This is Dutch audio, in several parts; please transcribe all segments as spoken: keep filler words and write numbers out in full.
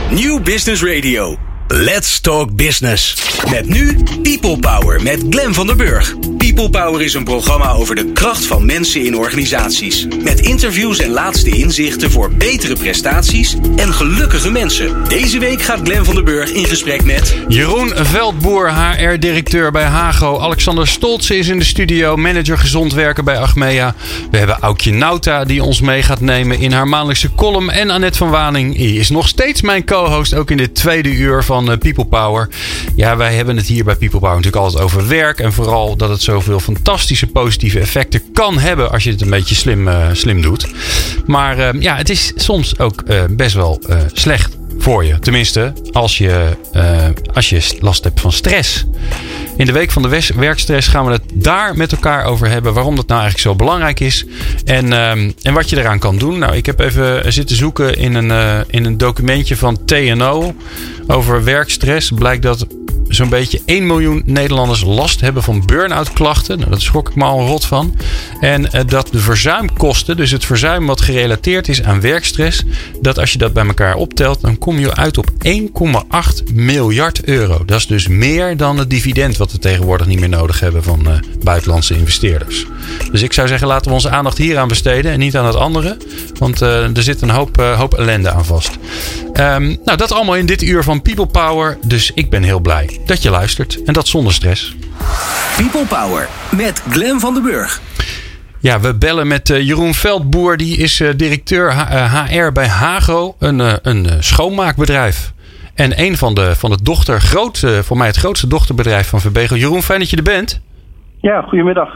Nieuw Business Radio. Let's Talk Business. Met nu People Power met Glenn van der Burg. People Power is een programma over de kracht van mensen in organisaties. Met interviews en laatste inzichten voor betere prestaties en gelukkige mensen. Deze week gaat Glenn van der Burg in gesprek met Jeroen Veldboer, H R-directeur bij Hago. Alexander Stoltze is in de studio, manager gezond werken bij Achmea. We hebben Aukje Nauta die ons mee gaat nemen in haar maandelijkse column. En Annette van Waning is nog steeds mijn co-host, ook in dit tweede uur van People Power. Ja, wij hebben het hier bij People Power natuurlijk altijd over werk. En vooral dat het zoveel fantastische positieve effecten kan hebben als je het een beetje slim, uh, slim doet. Maar uh, ja, het is soms ook uh, best wel uh, slecht voor je. Tenminste, als je, uh, als je last hebt van stress. In de week van de werkstress gaan we het daar met elkaar over hebben. Waarom dat nou eigenlijk zo belangrijk is. En, um, en wat je eraan kan doen. Nou, ik heb even zitten zoeken in een, uh, in een documentje van T N O over werkstress. Blijkt dat zo'n beetje één miljoen Nederlanders last hebben van burn-out klachten. Nou, dat schrok ik me al rot van. En uh, dat de verzuimkosten, dus het verzuim wat gerelateerd is aan werkstress, dat als je dat bij elkaar optelt, dan kom je uit op één komma acht miljard euro. Dat is dus meer dan het dividend wat we tegenwoordig niet meer nodig hebben van uh, buitenlandse investeerders. Dus ik zou zeggen, laten we onze aandacht hier aan besteden en niet aan het andere. Want uh, er zit een hoop, uh, hoop ellende aan vast. Um, nou, dat allemaal in dit uur van People Power. Dus ik ben heel blij dat je luistert. En dat zonder stress. People Power met Glenn van der Burg. Ja, we bellen met uh, Jeroen Veldboer. Die is uh, directeur H- uh, H R bij Hago. Een, uh, een uh, schoonmaakbedrijf. En een van de, van de dochter, groot, uh, voor mij het grootste dochterbedrijf van Verbego. Jeroen, fijn dat je er bent. Ja, goedemiddag.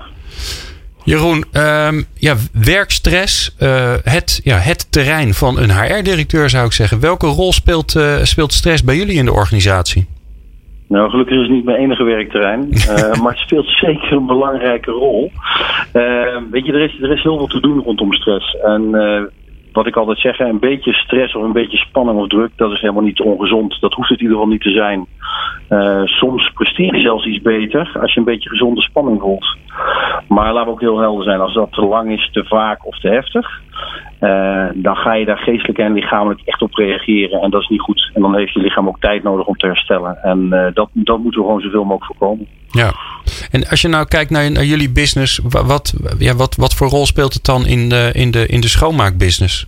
Jeroen, um, ja, werkstress, uh, het, ja, het terrein van een H R-directeur zou ik zeggen. Welke rol speelt, uh, speelt stress bij jullie in de organisatie? Nou, gelukkig is het niet mijn enige werkterrein, uh, maar het speelt zeker een belangrijke rol. Uh, weet je, er is, er is heel veel te doen rondom stress. En uh, wat ik altijd zeg, een beetje stress of een beetje spanning of druk, dat is helemaal niet ongezond. Dat hoeft het in ieder geval niet te zijn. Uh, soms presteer je zelfs iets beter als je een beetje gezonde spanning voelt. Maar laten we ook heel helder zijn, als dat te lang is, te vaak of te heftig, Uh, dan ga je daar geestelijk en lichamelijk echt op reageren. En dat is niet goed. En dan heeft je lichaam ook tijd nodig om te herstellen. En uh, dat, dat moeten we gewoon zoveel mogelijk voorkomen. Ja. En als je nou kijkt naar, naar jullie business, wat, ja, wat, wat voor rol speelt het dan in de, in de, in de schoonmaakbusiness?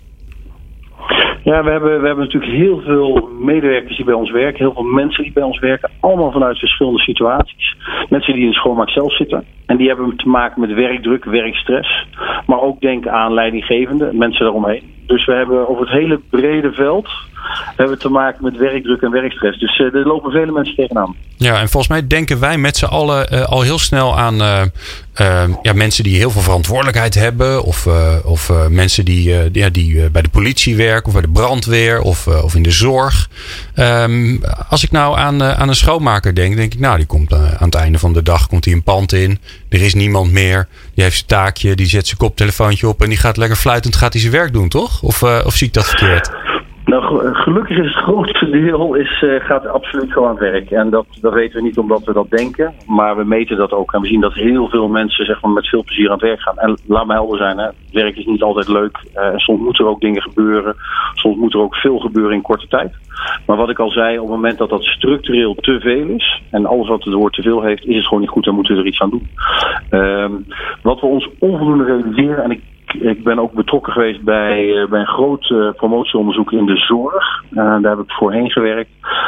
Ja, we hebben, we hebben natuurlijk heel veel medewerkers die bij ons werken. Heel veel mensen die bij ons werken. Allemaal vanuit verschillende situaties. Mensen die in de schoonmaak zelf zitten. En die hebben te maken met werkdruk, werkstress. Maar ook denk aan leidinggevenden, mensen daaromheen. Dus we hebben over het hele brede veld hebben we te maken met werkdruk en werkstress. Dus uh, er lopen vele mensen tegenaan. Ja, en volgens mij denken wij met z'n allen uh, al heel snel aan uh, uh, ja, mensen die heel veel verantwoordelijkheid hebben. Of, uh, of uh, mensen die, uh, ja, die uh, bij de politie werken of bij de brandweer of, uh, of in de zorg. Um, als ik nou aan, uh, aan een schoonmaker denk, denk ik nou die komt uh, aan het einde van de dag komt hij een pand in. Er is niemand meer. Die heeft zijn taakje, die zet zijn koptelefoontje op en die gaat lekker fluitend gaat hij zijn werk doen, toch? Of, uh, of zie ik dat verkeerd? Nou, gelukkig is het grootste deel is, uh, gaat absoluut zo aan het werk. En dat, dat weten we niet omdat we dat denken. Maar we meten dat ook. En we zien dat heel veel mensen zeg maar, met veel plezier aan het werk gaan. En laat me helder zijn, hè, het werk is niet altijd leuk. Uh, soms moeten er ook dingen gebeuren. Soms moet er ook veel gebeuren in korte tijd. Maar wat ik al zei, op het moment dat dat structureel te veel is. En alles wat het woord te veel heeft, is het gewoon niet goed. Dan moeten we er iets aan doen. Uh, wat we ons onvoldoende realiseren. En ik Ik ben ook betrokken geweest bij, uh, bij een groot uh, promotieonderzoek in de zorg. Uh, daar heb ik voorheen gewerkt.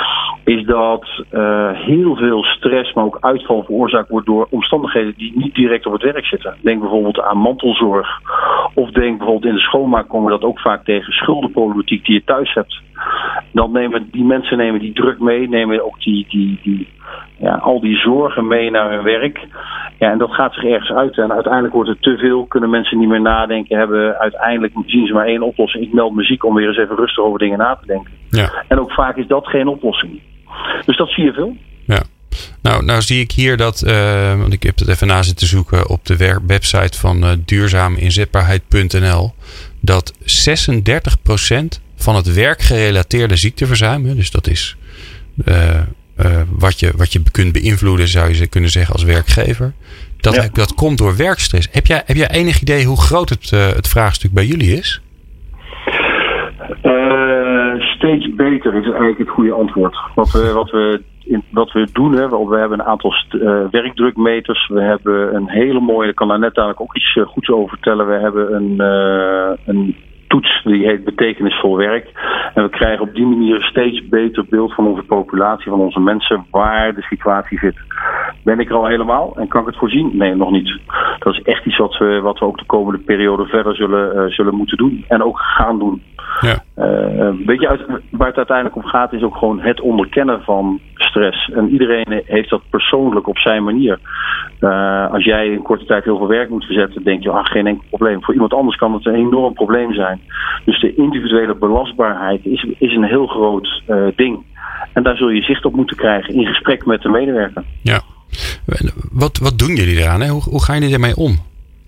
Is dat uh, heel veel stress, maar ook uitval veroorzaakt wordt door omstandigheden die niet direct op het werk zitten. Denk bijvoorbeeld aan mantelzorg. Of denk bijvoorbeeld in de schoonmaak komen we dat ook vaak tegen schuldenproblematiek die je thuis hebt. Dan nemen die mensen nemen die druk mee, nemen ook die, die, die, ja, al die zorgen mee naar hun werk. Ja, en dat gaat zich ergens uit. En uiteindelijk wordt het te veel, kunnen mensen niet meer nadenken, hebben uiteindelijk zien ze maar één oplossing. Ik meld muziek om weer eens even rustig over dingen na te denken. Ja. En ook vaak is dat geen oplossing. Dus dat zie je veel. Ja. Nou, nou zie ik hier dat, uh, want ik heb het even na zitten zoeken op de website van uh, duurzaaminzetbaarheid punt n l, dat zesendertig procent van het werkgerelateerde ziekteverzuim, dus dat is uh, uh, wat, je, wat je kunt beïnvloeden, zou je kunnen zeggen als werkgever, dat, ja. dat komt door werkstress. Heb jij, heb jij enig idee hoe groot het, uh, het vraagstuk bij jullie is? Uh, steeds beter is eigenlijk het goede antwoord. Wat we, wat we, in, wat we doen, hè, we hebben een aantal st- uh, werkdrukmeters. We hebben een hele mooie, ik kan daar net dadelijk ook iets uh, goeds over vertellen. We hebben een, uh, een toets die heet betekenisvol werk. En we krijgen op die manier een steeds beter beeld van onze populatie, van onze mensen, waar de situatie zit. Ben ik er al helemaal en kan ik het voorzien? Nee, nog niet. Dat is echt iets wat we, wat we ook de komende periode verder zullen, uh, zullen moeten doen. En ook gaan doen. Ja. Uh, weet je, uit, waar het uiteindelijk om gaat is ook gewoon het onderkennen van stress. En iedereen heeft dat persoonlijk op zijn manier. Uh, als jij in korte tijd heel veel werk moet verzetten, denk je, ah, geen enkel probleem. Voor iemand anders kan het een enorm probleem zijn. Dus de individuele belastbaarheid is, is een heel groot uh, ding. En daar zul je zicht op moeten krijgen in gesprek met de medewerker. Ja. Wat, wat doen jullie eraan? Hè? Hoe, hoe gaan jullie ermee om?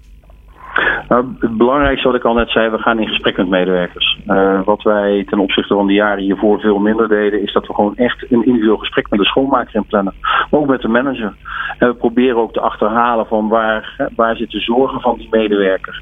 Nou, het belangrijkste wat ik al net zei, we gaan in gesprek met medewerkers. Uh, wat wij ten opzichte van de jaren hiervoor veel minder deden, is dat we gewoon echt een individueel gesprek met de schoonmaker inplannen. Maar ook met de manager. En we proberen ook te achterhalen van waar, waar zit de zorgen van die medewerker.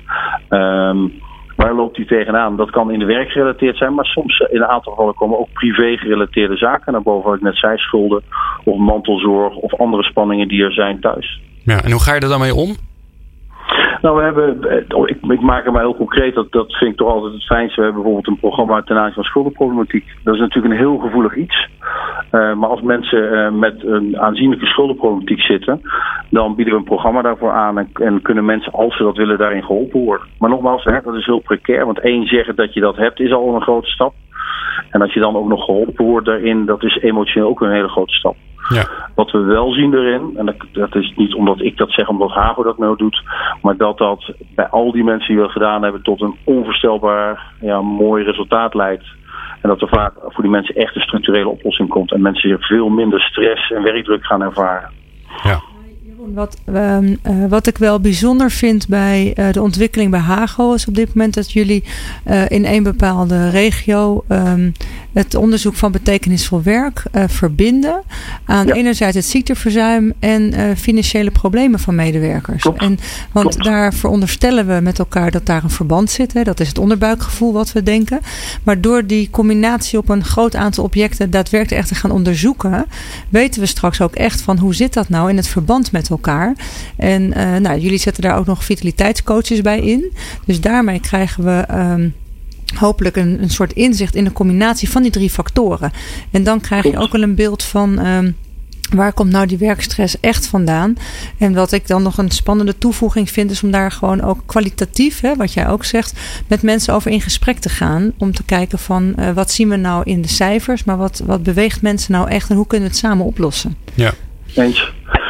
Um, Waar loopt die tegenaan? Dat kan in de werk gerelateerd zijn, maar soms in een aantal gevallen komen ook privé gerelateerde zaken naar boven. Wat ik net zei, schulden of mantelzorg of andere spanningen die er zijn thuis. Ja, en hoe ga je er dan mee om? Nou, we hebben, ik, ik maak er maar heel concreet, dat, dat vind ik toch altijd het fijnste. We hebben bijvoorbeeld een programma ten aanzien van schuldenproblematiek. Dat is natuurlijk een heel gevoelig iets. Uh, maar als mensen uh, met een aanzienlijke schuldenproblematiek zitten, dan bieden we een programma daarvoor aan en, en kunnen mensen, als ze dat willen, daarin geholpen worden. Maar nogmaals, hè, dat is heel precair, want één zeggen dat je dat hebt is al een grote stap. En als je dan ook nog geholpen wordt daarin, dat is emotioneel ook een hele grote stap. Ja. Wat we wel zien erin, en dat, dat is niet omdat ik dat zeg, omdat Hago dat nou doet, maar dat dat bij al die mensen die we gedaan hebben tot een onvoorstelbaar ja, mooi resultaat leidt. En dat er vaak voor die mensen echt een structurele oplossing komt en mensen hier veel minder stress en werkdruk gaan ervaren. Ja. Wat, uh, uh, wat ik wel bijzonder vind bij uh, de ontwikkeling bij Hago is op dit moment dat jullie uh, in een bepaalde regio um, het onderzoek van betekenisvol werk uh, verbinden aan ja. enerzijds het ziekteverzuim en uh, financiële problemen van medewerkers. Klopt. En, want Klopt. daar veronderstellen we met elkaar dat daar een verband zit. Hè? Dat is het onderbuikgevoel wat we denken. Maar door die combinatie op een groot aantal objecten daadwerkelijk echt te gaan onderzoeken, weten we straks ook echt van hoe zit dat nou in het verband met elkaar. En uh, nou, jullie zetten daar ook nog vitaliteitscoaches bij in. Dus daarmee krijgen we um, hopelijk een, een soort inzicht in de combinatie van die drie factoren. En dan krijg je ook wel een beeld van um, waar komt nou die werkstress echt vandaan. En wat ik dan nog een spannende toevoeging vind is om daar gewoon ook kwalitatief, hè, wat jij ook zegt, met mensen over in gesprek te gaan. Om te kijken van uh, wat zien we nou in de cijfers, maar wat, wat beweegt mensen nou echt en hoe kunnen we het samen oplossen. Ja. Eens.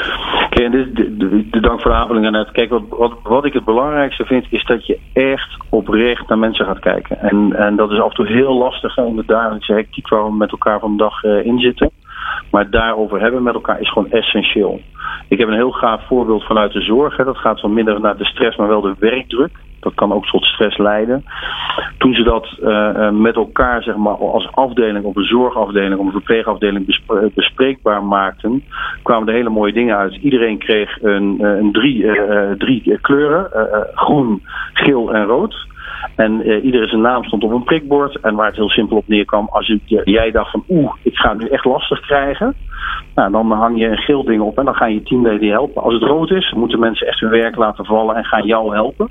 En dit, de, de, de dank voor de aanvulling daarnet. Kijk, wat, wat, wat ik het belangrijkste vind, is dat je echt oprecht naar mensen gaat kijken. En, en dat is af en toe heel lastig in de dagelijkse hectiek waar we met elkaar van de dag uh, in zitten. Maar daarover hebben met elkaar is gewoon essentieel. Ik heb een heel gaaf voorbeeld vanuit de zorg. Hè. Dat gaat van minder naar de stress, maar wel de werkdruk. Dat kan ook tot stress leiden. Toen ze dat uh, met elkaar, zeg maar, als afdeling, op een zorgafdeling, op een verpleegafdeling bespre- bespreekbaar maakten, kwamen er hele mooie dingen uit. Iedereen kreeg een, een drie, uh, drie kleuren, uh, groen, geel en rood. En uh, iedere zijn naam stond op een prikbord. En waar het heel simpel op neerkwam, als je, jij dacht van oeh, ik ga het nu echt lastig krijgen. Nou, dan hang je een geel ding op en dan gaan je teamleden helpen. Als het rood is, moeten mensen echt hun werk laten vallen en gaan jou helpen.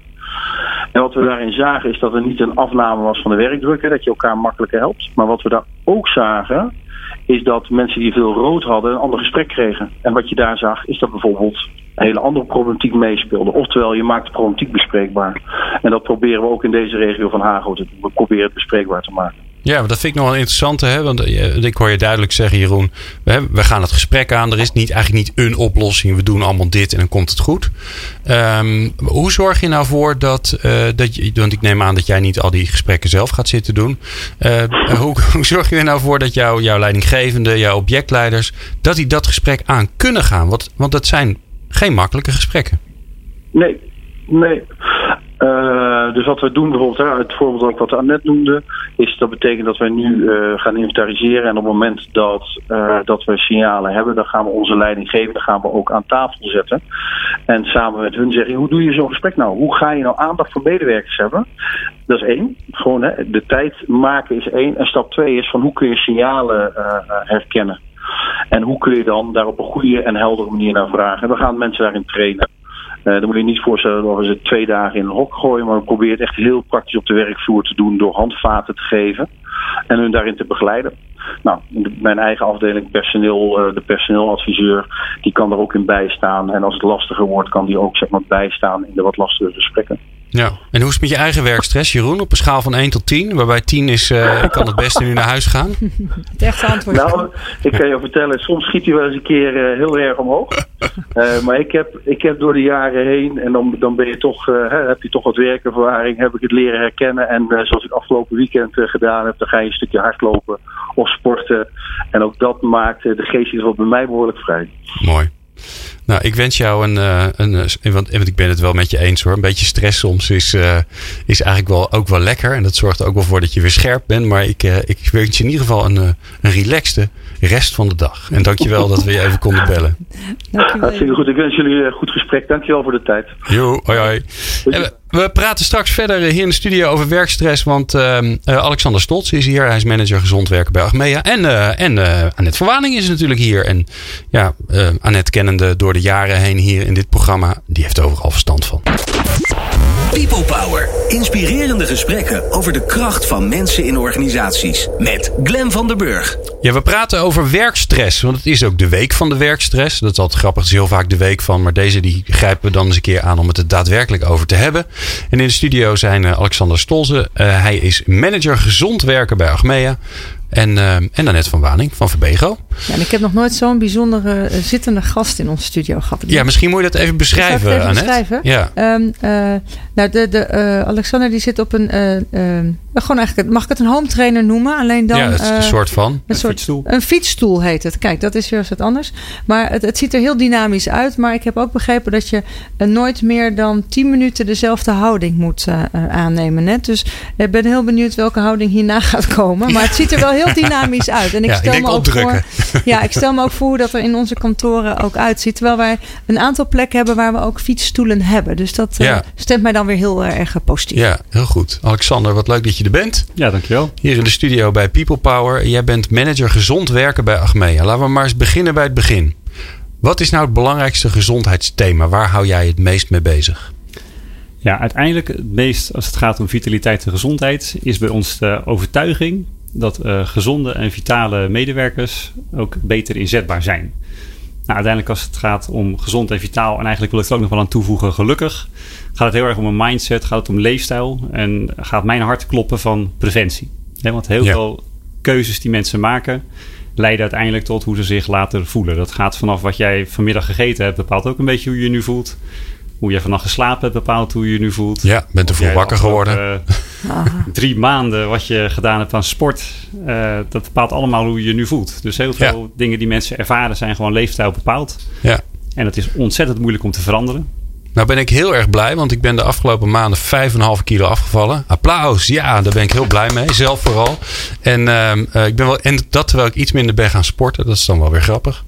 En wat we daarin zagen is dat er niet een afname was van de werkdruk, hè, dat je elkaar makkelijker helpt. Maar wat we daar ook zagen, is dat mensen die veel rood hadden een ander gesprek kregen. En wat je daar zag, is dat bijvoorbeeld een hele andere problematiek meespeelde. Oftewel, je maakt de problematiek bespreekbaar. En dat proberen we ook in deze regio van Hago te doen. We proberen het bespreekbaar te maken. Ja, maar dat vind ik nog wel interessant, hè? Want ik hoor je duidelijk zeggen, Jeroen, we, we gaan het gesprek aan. Er is niet, eigenlijk niet een oplossing. We doen allemaal dit en dan komt het goed. Um, hoe zorg je nou voor dat, uh, dat je, want ik neem aan dat jij niet al die gesprekken zelf gaat zitten doen. Uh, hoe, hoe zorg je er nou voor dat jou, jouw leidinggevende, jouw objectleiders, dat die dat gesprek aan kunnen gaan? Want, want dat zijn geen makkelijke gesprekken. Nee, nee. Uh, dus wat we doen bijvoorbeeld, hè, het voorbeeld ook wat Annette noemde, is dat betekent dat wij nu uh, gaan inventariseren en op het moment dat, uh, dat we signalen hebben, dan gaan we onze leidinggevenden gaan we ook aan tafel zetten. En samen met hun zeggen, hoe doe je zo'n gesprek nou? Hoe ga je nou aandacht voor medewerkers hebben? Dat is één. Gewoon hè, de tijd maken is één. En stap twee is van hoe kun je signalen uh, herkennen? En hoe kun je dan daar op een goede en heldere manier naar vragen? En we gaan mensen daarin trainen. Uh, dan moet je niet voorstellen dat we ze twee dagen in een hok gooien, maar we proberen het echt heel praktisch op de werkvloer te doen door handvaten te geven en hun daarin te begeleiden. Nou, mijn eigen afdeling personeel, uh, de personeeladviseur, die kan er ook in bijstaan. En als het lastiger wordt, kan die ook zeg maar bijstaan in de wat lastige gesprekken. Ja, en hoe is het met je eigen werkstress, Jeroen? Op een schaal van één tot tien, waarbij tien is, uh, ik kan het beste nu naar huis gaan. Het echte antwoord. Nou, ik kan je vertellen, soms schiet hij wel eens een keer uh, heel erg omhoog. Uh, maar ik heb, ik heb door de jaren heen, en dan, dan ben je toch, uh, heb je toch wat werkervaring, heb ik het leren herkennen. En uh, zoals ik afgelopen weekend uh, gedaan heb, dan ga je een stukje hardlopen of sporten. En ook dat maakt uh, de geest in ieder geval bij mij behoorlijk vrij. Mooi. Nou, ik wens jou een, een, een want, want ik ben het wel met je eens hoor. Een beetje stress soms is, uh, is eigenlijk wel ook wel lekker. En dat zorgt er ook wel voor dat je weer scherp bent. Maar ik, uh, ik wens je in ieder geval een, uh, een relaxte rest van de dag. En dankjewel dat we je even konden bellen. Hartstikke goed. Ik wens jullie een goed gesprek. Dankjewel voor de tijd. Jo, hoi hoi. We, we praten straks verder hier in de studio over werkstress. Want uh, uh, Alexander Stoltz is hier. Hij is manager gezond werken bij Achmea. En, uh, en uh, Annette van Waning is natuurlijk hier. En ja, uh, Annette kennende door de jaren heen hier in dit programma. Die heeft overal verstand van. People Power. Inspirerende gesprekken over de kracht van mensen in organisaties. Met Glenn van der Burg. Ja, we praten over werkstress. Want het is ook de week van de werkstress. Dat is altijd grappig. Het is heel vaak de week van. Maar deze die grijpen we dan eens een keer aan om het er daadwerkelijk over te hebben. En in de studio zijn uh, Alexander Stolze. Uh, hij is manager gezond werken bij Achmea. En, uh, en Annette van Waning van Verbego. Ja, en ik heb nog nooit zo'n bijzondere uh, zittende gast in onze studio gehad. Ja, misschien moet je dat even beschrijven, even Annette. beschrijven? Ja. Um, uh, nou, de, de, uh, Alexander die zit op een... Uh, uh, gewoon eigenlijk, mag ik het een home trainer noemen? Alleen dan, ja, het is een uh, soort van. Een, een soort, fietsstoel. Een fietsstoel heet het. Kijk, dat is weer wat anders. Maar het, het ziet er heel dynamisch uit. Maar ik heb ook begrepen dat je uh, nooit meer dan tien minuten dezelfde houding moet uh, uh, aannemen. Net. Dus ik ben heel benieuwd welke houding hierna gaat komen. Maar het ziet er wel heel dynamisch uit. En ik ja, stel ik me ook opdrukken. voor, ja, ik stel me ook voor hoe dat er in onze kantoren ook uitziet. Terwijl wij een aantal plekken hebben waar we ook fietsstoelen hebben. Dus dat uh, ja. stemt mij dan weer heel uh, erg positief. Ja, heel goed. Alexander, wat leuk dat je er bent. Ja, dankjewel. Hier in de studio bij People Power. Jij bent manager gezond werken bij Achmea. Laten we maar eens beginnen bij het begin. Wat is nou het belangrijkste gezondheidsthema? Waar hou jij het meest mee bezig? Ja, uiteindelijk het meest als het gaat om vitaliteit en gezondheid is bij ons de overtuiging dat uh, gezonde en vitale medewerkers ook beter inzetbaar zijn. Nou, uiteindelijk als het gaat om gezond en vitaal, en eigenlijk wil ik er ook nog wel aan toevoegen gelukkig, gaat het heel erg om een mindset, gaat het om leefstijl en gaat mijn hart kloppen van preventie. He, want heel ja. veel keuzes die mensen maken leiden uiteindelijk tot hoe ze zich later voelen. Dat gaat vanaf wat jij vanmiddag gegeten hebt, bepaalt ook een beetje hoe je je nu voelt. Hoe jij vannacht geslapen hebt, bepaalt hoe je je nu voelt. Ja, bent er vroeg wakker geworden. Uh, drie maanden wat je gedaan hebt aan sport. Uh, dat bepaalt allemaal hoe je je nu voelt. Dus heel veel ja. dingen die mensen ervaren zijn gewoon leefstijl bepaald. Ja. En het is ontzettend moeilijk om te veranderen. Nou ben ik heel erg blij, want ik ben de afgelopen maanden vijf komma vijf kilo afgevallen. Applaus, ja, daar ben ik heel blij mee. Zelf vooral. En, uh, ik ben wel, en dat terwijl ik iets minder ben gaan sporten. Dat is dan wel weer grappig.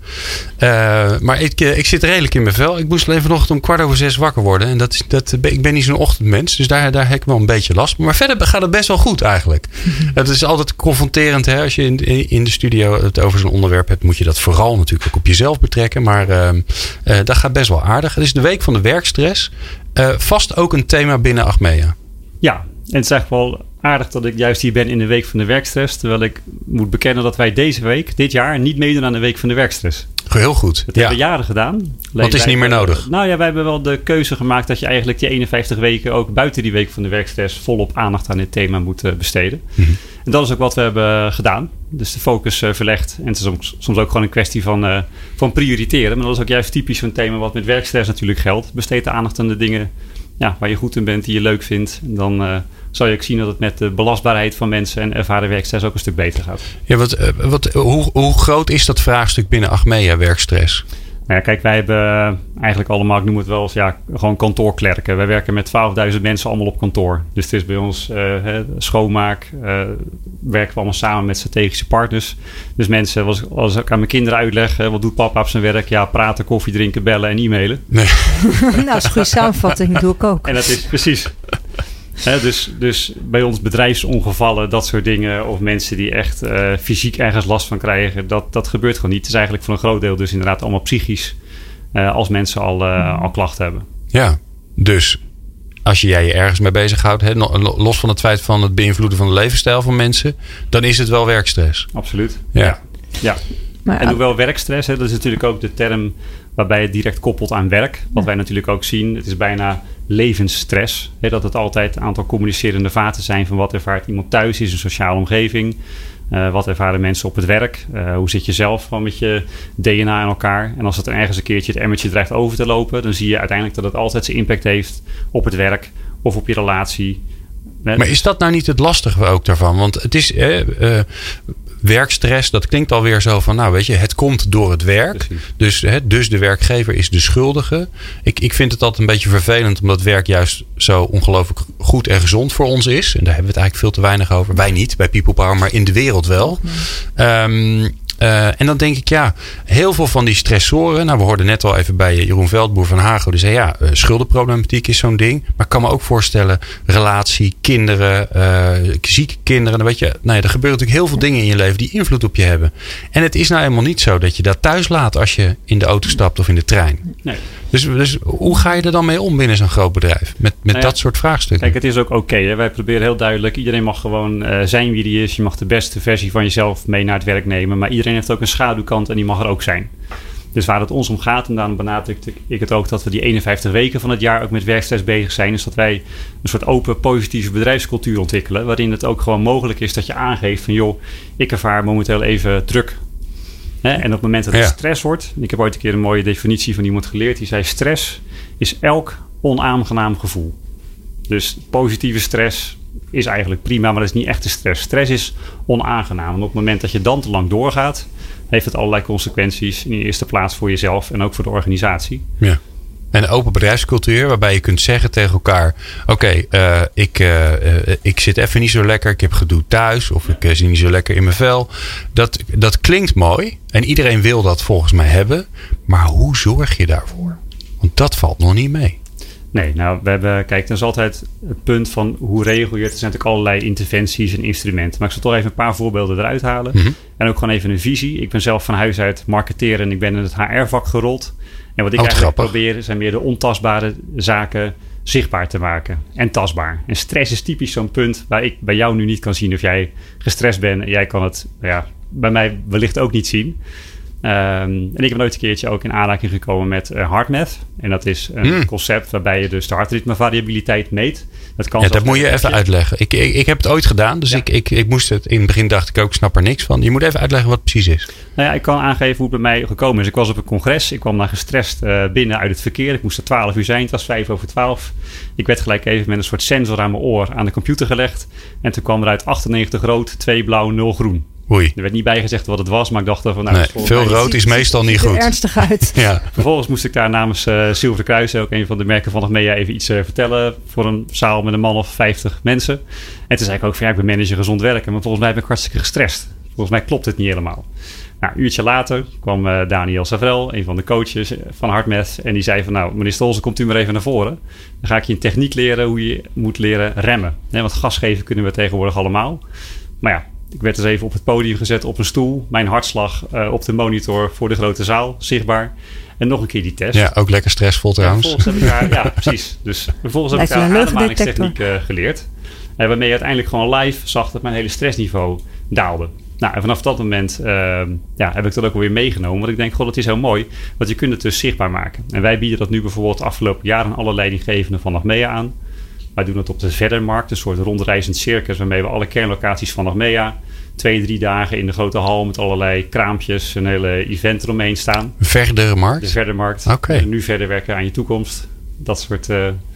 Uh, maar ik, uh, ik zit redelijk in mijn vel. Ik moest even vanochtend om kwart over zes wakker worden. En dat is, dat, ik ben niet zo'n ochtendmens. Dus daar, daar heb ik wel een beetje last. Maar verder gaat het best wel goed eigenlijk. Mm-hmm. Het is altijd confronterend. Hè? Als je in, in de studio het over zo'n onderwerp hebt, moet je dat vooral natuurlijk ook op jezelf betrekken. Maar uh, uh, dat gaat best wel aardig. Het is de week van de werkstress. Uh, vast ook een thema binnen Achmea. Ja, en het is eigenlijk wel aardig dat ik juist hier ben in de week van de werkstress. Terwijl ik moet bekennen dat wij deze week, dit jaar, niet meedoen aan de week van de werkstress. Heel goed. Dat ja. hebben we jaren gedaan. Want het is niet meer nodig. Nou ja, wij hebben wel de keuze gemaakt dat je eigenlijk die eenenvijftig weken ook buiten die week van de werkstress volop aandacht aan dit thema moet besteden. Mm-hmm. En dat is ook wat we hebben gedaan. Dus de focus uh, verlegd. En het is soms, soms ook gewoon een kwestie van, uh, van prioriteren. Maar dat is ook juist typisch zo'n thema wat met werkstress natuurlijk geldt. Besteed de aandacht aan de dingen ja, waar je goed in bent, die je leuk vindt. En dan uh, zal je ook zien dat het met de belastbaarheid van mensen en ervaren werkstress ook een stuk beter gaat. Ja, wat, wat, hoe, hoe groot is dat vraagstuk binnen Achmea werkstress? Nou ja, kijk, wij hebben eigenlijk allemaal, ik noem het wel eens, ja, gewoon kantoorklerken. Wij werken met twaalfduizend mensen allemaal op kantoor. Dus het is bij ons uh, hè, schoonmaak, uh, werken we allemaal samen met strategische partners. Dus mensen, als, als ik aan mijn kinderen uitleg, hè, wat doet papa op zijn werk? Ja, praten, koffie drinken, bellen en e-mailen. Nee. Nou, dat is een goede samenvatting, dat doe ik ook. En dat is precies... He, dus, dus bij ons bedrijfsongevallen, dat soort dingen, of mensen die echt uh, fysiek ergens last van krijgen, dat, dat gebeurt gewoon niet. Het is eigenlijk voor een groot deel dus inderdaad allemaal psychisch, uh, als mensen al, uh, al klachten hebben. Ja, dus als je jij je ergens mee bezighoudt, hè, los van het feit van het beïnvloeden van de levensstijl van mensen, dan is het wel werkstress. Absoluut. Ja. ja. Maar, en hoewel werkstress, hè, dat is natuurlijk ook de term waarbij het direct koppelt aan werk. Wat wij natuurlijk ook zien, het is bijna levensstress. Hè, dat het altijd een aantal communicerende vaten zijn van wat ervaart iemand thuis, is een sociale omgeving. Uh, wat ervaren mensen op het werk? Uh, hoe zit je zelf van met je D N A in elkaar? En als het er ergens een keertje het emmertje dreigt over te lopen, dan zie je uiteindelijk dat het altijd zijn impact heeft op het werk of op je relatie. Maar is dat nou niet het lastige ook daarvan? Want het is... Eh, uh, werkstress, dat klinkt alweer zo van, nou weet je, het komt door het werk. Dus, hè, dus de werkgever is de schuldige. Ik, ik vind het altijd een beetje vervelend, omdat werk juist zo ongelooflijk goed en gezond voor ons is. En daar hebben we het eigenlijk veel te weinig over. Wij niet, bij People Power, maar in de wereld wel. Um, Uh, en dan denk ik, ja, heel veel van die stressoren. Nou, we hoorden net al even bij Jeroen Veldboer van Hago. Die zei, ja, uh, schuldenproblematiek is zo'n ding. Maar ik kan me ook voorstellen, relatie, kinderen, uh, zieke kinderen. Dan weet je, nou ja, er gebeuren natuurlijk heel veel dingen in je leven die invloed op je hebben. En het is nou helemaal niet zo dat je dat thuis laat als je in de auto stapt of in de trein. Nee. Dus, dus hoe ga je er dan mee om binnen zo'n groot bedrijf? Met, met nou ja, dat soort vraagstukken. Kijk, het is ook oké. Okay, wij proberen heel duidelijk. Iedereen mag gewoon uh, zijn wie die is. Je mag de beste versie van jezelf mee naar het werk nemen. Maar iedereen heeft ook een schaduwkant en die mag er ook zijn. Dus waar het ons om gaat, en daarom benadruk ik het ook, dat we die eenenvijftig weken van het jaar ook met werkstress bezig zijn, is dat wij een soort open, positieve bedrijfscultuur ontwikkelen. Waarin het ook gewoon mogelijk is dat je aangeeft van, joh, ik ervaar momenteel even druk. Hè? En op het moment dat het ja. stress wordt, ik heb ooit een keer een mooie definitie van iemand geleerd, die zei, stress is elk onaangenaam gevoel. Dus positieve stress is eigenlijk prima, maar dat is niet echte stress. Stress is onaangenaam. En op het moment dat je dan te lang doorgaat, heeft het allerlei consequenties. In de eerste plaats voor jezelf en ook voor de organisatie. Ja. En een open bedrijfscultuur waarbij je kunt zeggen tegen elkaar, oké, okay, uh, ik, uh, uh, ik zit even niet zo lekker, ik heb gedoe thuis of ik uh, zit niet zo lekker in mijn vel. Dat, dat klinkt mooi en iedereen wil dat volgens mij hebben. Maar hoe zorg je daarvoor? Want dat valt nog niet mee. Nee, nou, we hebben, kijk, dan is altijd het punt van hoe regel je het. Er zijn natuurlijk allerlei interventies en instrumenten. Maar ik zal toch even een paar voorbeelden eruit halen. Mm-hmm. En ook gewoon even een visie. Ik ben zelf van huis uit marketeer en ik ben in het H R-vak gerold. En wat ik oh, eigenlijk grappig. probeer, zijn meer de ontastbare zaken zichtbaar te maken. En tastbaar. En stress is typisch zo'n punt waar ik bij jou nu niet kan zien of jij gestrest bent. En jij kan het ja, bij mij wellicht ook niet zien. Um, en ik ben ooit een keertje ook in aanraking gekomen met uh, HeartMath. En dat is een mm. concept waarbij je dus de hartritmevariabiliteit meet. Dat, kan ja, dat moet je even je... uitleggen. Ik, ik, ik heb het ooit gedaan, dus ja. ik, ik, ik moest het. In het begin dacht ik ook, ik snap er niks van. Je moet even uitleggen wat het precies is. Nou ja, ik kan aangeven hoe het bij mij gekomen is. Ik was op een congres. Ik kwam daar gestrest uh, binnen uit het verkeer. Ik moest er twaalf uur zijn. Het was vijf over twaalf. Ik werd gelijk even met een soort sensor aan mijn oor aan de computer gelegd. En toen kwam er uit achtennegentig rood, twee blauw, nul groen. Oei. Er werd niet bijgezegd wat het was, maar ik dacht van... Nou, nee, veel rood is meestal niet goed. Het ziet er ernstig uit. Ja. Vervolgens moest ik daar namens uh, Zilveren Kruis, ook een van de merken van Achmea, even iets uh, vertellen voor een zaal met een man of vijftig mensen. En toen zei ik ook van ja, ik ben manager gezond werken, maar volgens mij ben ik hartstikke gestrest. Volgens mij klopt het niet helemaal. Nou, een uurtje later kwam uh, Daniel Savrel, een van de coaches van HeartMath, en die zei van nou, meneer Stolze, komt u maar even naar voren. Dan ga ik je een techniek leren hoe je moet leren remmen. Nee, want gas geven kunnen we tegenwoordig allemaal. Maar ja, ik werd dus even op het podium gezet op een stoel. Mijn hartslag uh, op de monitor voor de grote zaal, zichtbaar. En nog een keer die test. Ja, ook lekker stressvol trouwens. En vervolgens heb ik haar, ja, precies. Dus vervolgens heb ik haar ademhalingstechniek uh, geleerd. En waarmee je uiteindelijk gewoon live zag dat mijn hele stressniveau daalde. Nou, en vanaf dat moment uh, ja, heb ik dat ook alweer meegenomen. Want ik denk, god, dat is heel mooi. Want je kunt het dus zichtbaar maken. En wij bieden dat nu bijvoorbeeld de afgelopen jaren alle leidinggevenden van Achmea aan. Wij doen het op de Verdermarkt, een soort rondreizend circus waarmee we alle kernlocaties van Achmea twee, drie dagen in de grote hal met allerlei kraampjes, een hele event eromheen staan. Verdermarkt? De Verdermarkt. Oké. Okay. Nu verder werken aan je toekomst. Dat soort uh,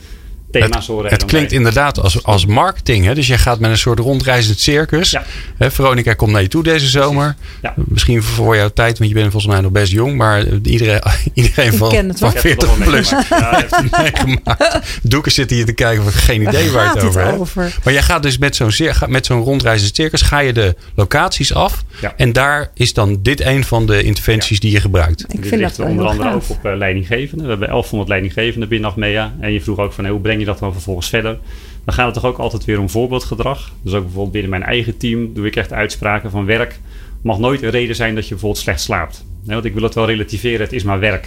thema's horen. Het, het klinkt inderdaad als, als marketing. Hè? Dus je gaat met een soort rondreizend circus. Ja. Hè, Veronica komt naar je toe deze zomer. Ja. Misschien voor jouw tijd, want je bent volgens mij nog best jong. Maar iedereen, iedereen van, van veertig plus ja, heeft het meegemaakt. Doekers zitten hier te kijken, van geen idee waar het over heeft. Maar jij gaat dus met zo'n, met zo'n rondreizend circus, ga je de locaties af. Ja. En daar is dan dit een van de interventies ja. die je gebruikt. Ik vind dat onder andere gaaf. Ook op uh, leidinggevenden. We hebben elfhonderd leidinggevenden binnen Achmea. En je vroeg ook van, hey, hoe breng je dat dan vervolgens verder? Dan gaat het toch ook altijd weer om voorbeeldgedrag. Dus ook bijvoorbeeld binnen mijn eigen team doe ik echt uitspraken van werk mag nooit een reden zijn dat je bijvoorbeeld slecht slaapt. Nee, want ik wil het wel relativeren, het is maar werk.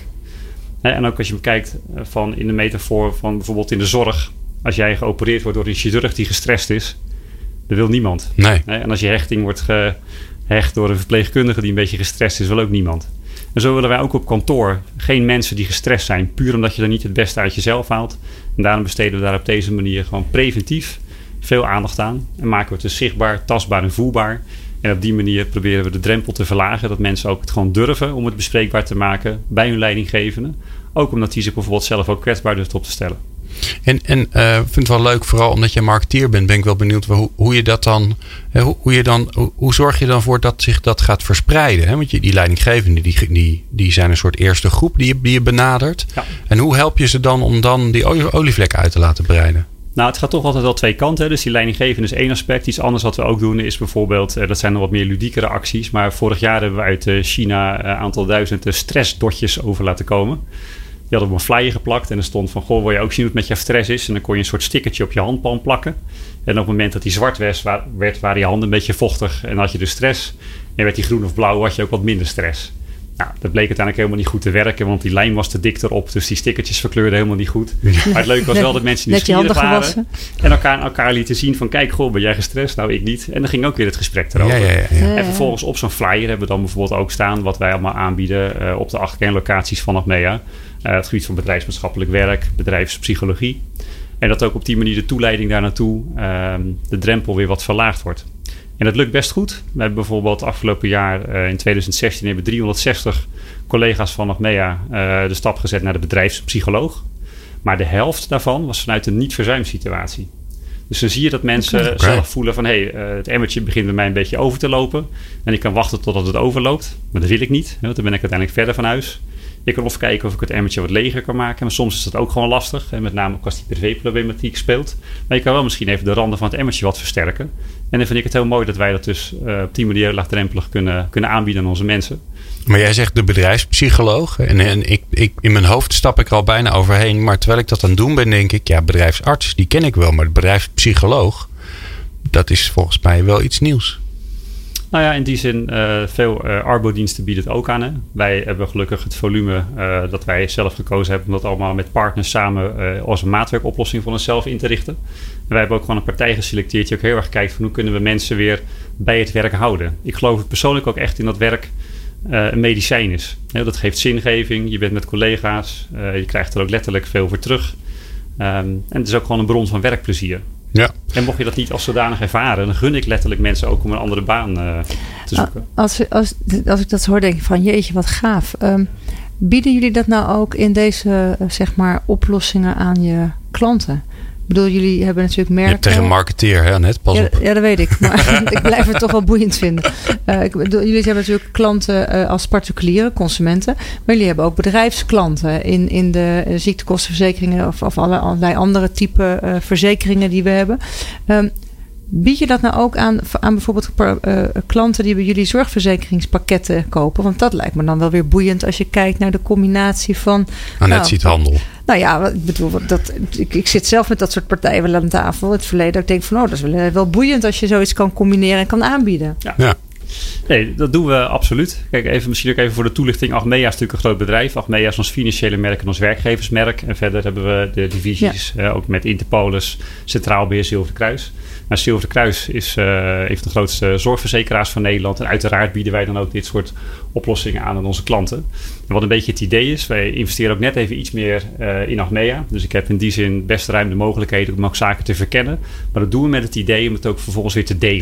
En ook als je kijkt van in de metafoor van bijvoorbeeld in de zorg. Als jij geopereerd wordt door een chirurg die gestrest is, dat wil niemand. Nee. En als je hechting wordt gehecht door een verpleegkundige die een beetje gestrest is, wil ook niemand. En zo willen wij ook op kantoor geen mensen die gestrest zijn, puur omdat je dan niet het beste uit jezelf haalt. En daarom besteden we daar op deze manier gewoon preventief veel aandacht aan. En maken we het dus zichtbaar, tastbaar en voelbaar. En op die manier proberen we de drempel te verlagen. Dat mensen ook het gewoon durven om het bespreekbaar te maken bij hun leidinggevende. Ook omdat die zich bijvoorbeeld zelf ook kwetsbaar durft op te stellen. En, en uh, vind het wel leuk, vooral omdat jij marketeer bent, ben ik wel benieuwd hoe, hoe je dat dan, hoe, hoe je dan, hoe, hoe zorg je dan voor dat zich dat gaat verspreiden? Hè? Want je, die leidinggevenden, die, die, die zijn een soort eerste groep die je, die je benadert. Ja. En hoe help je ze dan om dan die olievlek uit te laten breiden? Nou, het gaat toch altijd wel twee kanten. Dus die leidinggevende is één aspect. Iets anders wat we ook doen is bijvoorbeeld, dat zijn nog wat meer ludiekere acties. Maar vorig jaar hebben we uit China een aantal duizend stressdotjes over laten komen. Die hadden op een flyer geplakt en er stond van, goh, wil je ook zien hoe het met je stress is? En dan kon je een soort stickertje op je handpalm plakken. En op het moment dat die zwart was, werd, waren je handen een beetje vochtig. En dan had je dus stress. En werd die groen of blauw, had je ook wat minder stress. Nou, dat bleek uiteindelijk helemaal niet goed te werken, want die lijm was te dik erop. Dus die stickertjes verkleurden helemaal niet goed. Maar het leuke was wel dat mensen nieuwsgierig waren. En elkaar, elkaar lieten zien van, kijk, goh, ben jij gestrest? Nou, ik niet. En dan ging ook weer het gesprek erover. Ja, ja, ja, ja. En vervolgens op zo'n flyer hebben we dan bijvoorbeeld ook staan wat wij allemaal aanbieden uh, op de acht kernlocaties van Achmea. Uh, het gebied van bedrijfsmaatschappelijk werk, bedrijfspsychologie. En dat ook op die manier de toeleiding daar naartoe, uh, de drempel weer wat verlaagd wordt. En dat lukt best goed. We hebben bijvoorbeeld afgelopen jaar uh, in twintig zestien hebben driehonderdzestig collega's van Achmea uh, de stap gezet naar de bedrijfspsycholoog. Maar de helft daarvan was vanuit een niet-verzuimsituatie. Dus dan zie je dat mensen okay. zelf voelen van, hé, hey, uh, het emmertje begint bij mij een beetje over te lopen. En ik kan wachten totdat het overloopt. Maar dat wil ik niet, want dan ben ik uiteindelijk verder van huis. Je kan of kijken of ik het emmertje wat leger kan maken. Maar soms is dat ook gewoon lastig. En met name ook als die privéproblematiek speelt. Maar je kan wel misschien even de randen van het emmertje wat versterken. En dan vind ik het heel mooi dat wij dat dus uh, op die manier laagdrempelig kunnen, kunnen aanbieden aan onze mensen. Maar jij zegt de bedrijfspsycholoog. En, en ik, ik, in mijn hoofd stap ik er al bijna overheen. Maar terwijl ik dat aan het doen ben, denk ik, ja, bedrijfsarts, die ken ik wel. Maar de bedrijfspsycholoog, dat is volgens mij wel iets nieuws. Nou ja, in die zin, uh, veel uh, arbodiensten bieden het ook aan. Hè. Wij hebben gelukkig het volume uh, dat wij zelf gekozen hebben om dat allemaal met partners samen uh, als een maatwerkoplossing voor onszelf in te richten. En wij hebben ook gewoon een partij geselecteerd die ook heel erg kijkt van hoe kunnen we mensen weer bij het werk houden. Ik geloof persoonlijk ook echt in dat werk uh, een medicijn is. He, dat geeft zingeving, je bent met collega's, uh, je krijgt er ook letterlijk veel voor terug. Um, en het is ook gewoon een bron van werkplezier. Ja. En mocht je dat niet als zodanig ervaren, dan gun ik letterlijk mensen ook om een andere baan uh, te zoeken. Als, als, als ik dat zo hoor, denk ik van jeetje, wat gaaf. Um, bieden jullie dat nou ook in deze uh, zeg maar oplossingen aan je klanten? Ik bedoel, jullie hebben natuurlijk merken... Je hebt tegen een marketeer, hè, net? Pas ja, op. Ja, dat weet ik. Maar ik blijf het toch wel boeiend vinden. Uh, ik bedoel, jullie hebben natuurlijk klanten uh, als particuliere consumenten. Maar jullie hebben ook bedrijfsklanten in, in de uh, ziektekostenverzekeringen of, of alle, allerlei andere type uh, verzekeringen die we hebben. Um, Bied je dat nou ook aan, aan bijvoorbeeld uh, klanten die bij jullie zorgverzekeringspakketten kopen? Want dat lijkt me dan wel weer boeiend als je kijkt naar de combinatie van... Annette nou, ziet handel. Nou ja, ik bedoel, dat, ik, ik zit zelf met dat soort partijen wel aan tafel. Het verleden dat ik denk van, oh, dat is wel, wel boeiend als je zoiets kan combineren en kan aanbieden. Ja. ja. Nee, dat doen we absoluut. Kijk, even, misschien ook even voor de toelichting. Achmea is natuurlijk een groot bedrijf. Achmea is ons financiële merk en ons werkgeversmerk. En verder hebben we de divisies, ja. uh, ook met Interpolis, Centraal Beheer, Zilveren Kruis. Nou, Zilveren Kruis is uh, een van de grootste zorgverzekeraars van Nederland. En uiteraard bieden wij dan ook dit soort oplossingen aan aan onze klanten. En wat een beetje het idee is, wij investeren ook net even iets meer uh, in Achmea. Dus ik heb in die zin best ruim de mogelijkheden om ook zaken te verkennen. Maar dat doen we met het idee om het ook vervolgens weer te delen.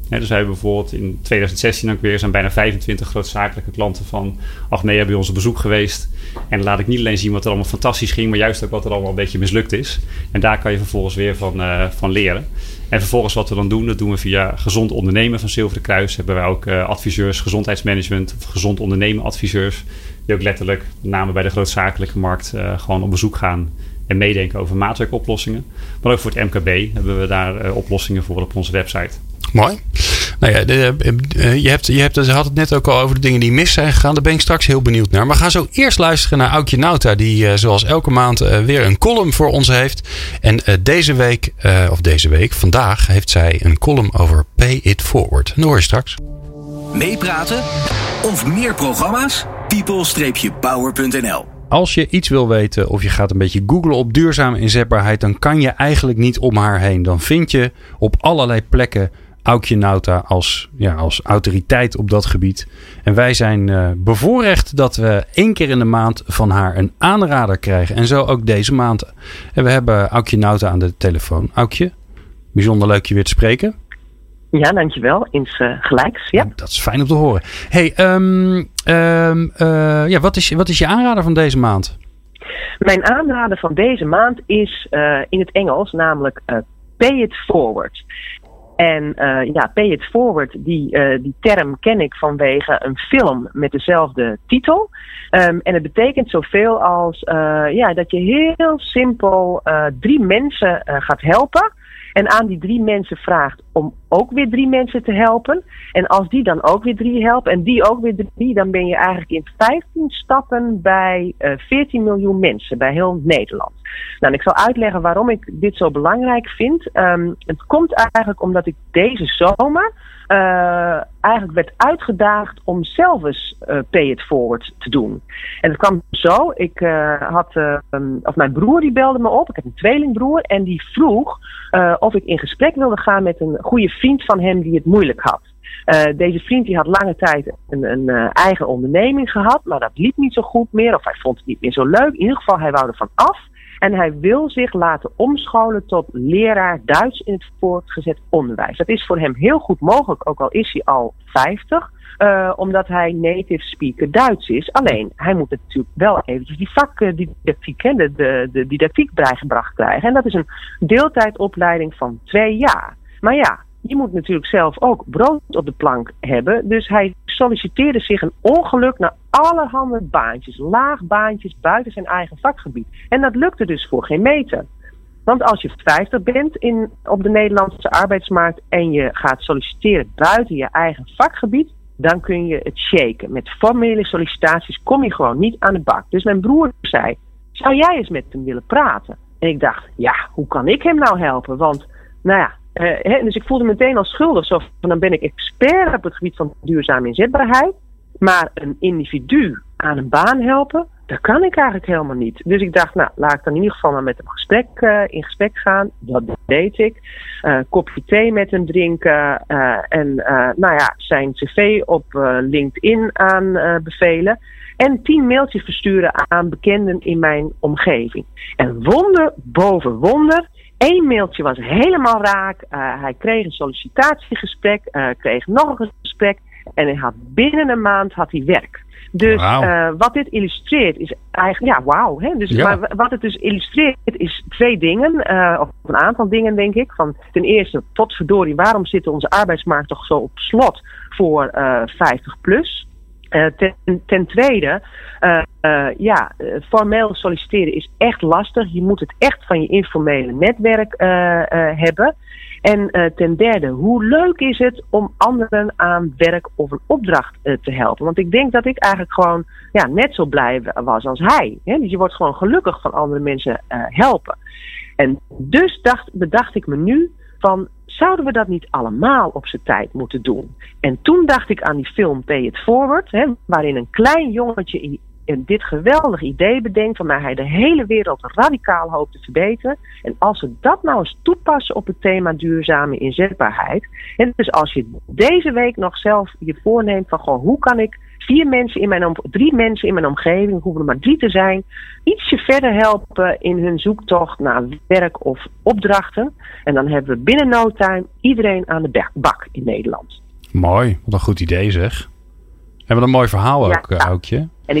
He, dus wij hebben bijvoorbeeld in twintig zestien ook weer zijn bijna vijfentwintig grootzakelijke klanten van Achmea bij ons op bezoek geweest. En dan laat ik niet alleen zien wat er allemaal fantastisch ging, maar juist ook wat er allemaal een beetje mislukt is. En daar kan je vervolgens weer van, uh, van leren. En vervolgens wat we dan doen, dat doen we via Gezond Ondernemen van Zilveren Kruis. Hebben wij ook uh, adviseurs, gezondheidsmanagement of gezond ondernemen adviseurs. Die ook letterlijk, met name bij de grootzakelijke markt, uh, gewoon op bezoek gaan en meedenken over maatwerkoplossingen. Maar ook voor het M K B hebben we daar uh, oplossingen voor op onze website. Mooi. Nou ja, de, uh, je, hebt, je, hebt, je had het net ook al over de dingen die mis zijn gegaan. Daar ben ik straks heel benieuwd naar. Maar we gaan zo eerst luisteren naar Aukje Nauta. Die uh, zoals elke maand uh, weer een column voor ons heeft. En uh, deze week, uh, of deze week, vandaag heeft zij een column over Pay It Forward. Dat hoor je straks. Meepraten of meer programma's? people power punt n l. Als je iets wil weten of je gaat een beetje googlen op duurzame inzetbaarheid, dan kan je eigenlijk niet om haar heen. Dan vind je op allerlei plekken Aukje Nauta als, ja, als autoriteit op dat gebied. En wij zijn uh, bevoorrecht dat we één keer in de maand van haar een aanrader krijgen. En zo ook deze maand. En we hebben Aukje Nauta aan de telefoon. Aukje, bijzonder leuk je weer te spreken. Ja, dankjewel. Eens uh, gelijks. Ja. Dat is fijn om te horen. Hey, um, um, uh, ja, wat, is, wat is je aanrader van deze maand? Mijn aanrader van deze maand is uh, in het Engels, namelijk uh, Pay It Forward. En uh, ja, Pay It Forward, die, uh, die term ken ik vanwege een film met dezelfde titel. Um, en het betekent zoveel als uh, ja, dat je heel simpel uh, drie mensen uh, gaat helpen. En aan die drie mensen vraagt om ook weer drie mensen te helpen. En als die dan ook weer drie helpen en die ook weer drie, dan ben je eigenlijk in vijftien stappen bij uh, veertien miljoen mensen, bij heel Nederland. Nou, en ik zal uitleggen waarom ik dit zo belangrijk vind. Um, het komt eigenlijk omdat ik deze zomer uh, eigenlijk werd uitgedaagd om zelf eens uh, Pay It Forward te doen. En het kwam zo, ik uh, had, uh, um, of mijn broer die belde me op, ik heb een tweelingbroer, en die vroeg uh, of ik in gesprek wilde gaan met een goede vriend van hem die het moeilijk had. Uh, deze vriend die had lange tijd een, een uh, eigen onderneming gehad, maar dat liep niet zo goed meer, of hij vond het niet meer zo leuk. In ieder geval, hij wou ervan af. En hij wil zich laten omscholen tot leraar Duits in het voortgezet onderwijs. Dat is voor hem heel goed mogelijk, ook al is hij al vijftig. Uh, omdat hij native speaker Duits is. Alleen, hij moet natuurlijk wel eventjes die vakdidactiek, de, de, de didactiek bijgebracht krijgen. En dat is een deeltijdopleiding van twee jaar. Maar ja, je moet natuurlijk zelf ook brood op de plank hebben. Dus hij solliciteerde zich een ongeluk naar allerhande baantjes. Laagbaantjes buiten zijn eigen vakgebied. En dat lukte dus voor geen meter. Want als je vijftig bent in, op de Nederlandse arbeidsmarkt en je gaat solliciteren buiten je eigen vakgebied, dan kun je het shaken. Met formele sollicitaties kom je gewoon niet aan de bak. Dus mijn broer zei, zou jij eens met hem willen praten? En ik dacht, ja, hoe kan ik hem nou helpen? Want, nou ja, uh, he, dus ik voelde me meteen al schuldig. Zo van, dan ben ik expert op het gebied van duurzame inzetbaarheid. Maar een individu aan een baan helpen, dat kan ik eigenlijk helemaal niet. Dus ik dacht, nou, laat ik dan in ieder geval maar met hem gesprek, uh, in gesprek gaan. Dat deed ik. Uh, kopje thee met hem drinken. Uh, en uh, nou ja, zijn cv op uh, LinkedIn aanbevelen. Uh, en tien mailtjes versturen aan bekenden in mijn omgeving. En wonder boven wonder. Eén mailtje was helemaal raak. Uh, hij kreeg een sollicitatiegesprek. Uh, kreeg nog een gesprek. En hij had binnen een maand had hij werk. Dus wow. uh, wat dit illustreert is eigenlijk, ja, wauw. Dus, ja. Maar wat het dus illustreert is twee dingen, uh, of een aantal dingen denk ik. Van, ten eerste, potverdorie, waarom zit onze arbeidsmarkt toch zo op slot voor uh, vijftig plus? Uh, ten, ten tweede, uh, uh, ja, uh, formeel solliciteren is echt lastig. Je moet het echt van je informele netwerk uh, uh, hebben. En uh, ten derde, hoe leuk is het om anderen aan werk of een opdracht uh, te helpen? Want ik denk dat ik eigenlijk gewoon ja, net zo blij was als hij. Hè? Dus je wordt gewoon gelukkig van andere mensen uh, helpen. En dus dacht, bedacht ik me nu van, zouden we dat niet allemaal op zijn tijd moeten doen? En toen dacht ik aan die film Pay It Forward, hè, waarin een klein jongetje in En dit geweldig idee bedenkt waarmee hij de hele wereld radicaal hoopt te verbeteren. En als we dat nou eens toepassen op het thema duurzame inzetbaarheid. En dus als je deze week nog zelf je voorneemt van gewoon, hoe kan ik vier mensen in mijn om, drie mensen in mijn omgeving, hoeven er maar drie te zijn, ietsje verder helpen in hun zoektocht naar werk of opdrachten. En dan hebben we binnen no time iedereen aan de bak in Nederland. Mooi, wat een goed idee zeg. En wat een mooi verhaal ook, ja, Aukje. En ik...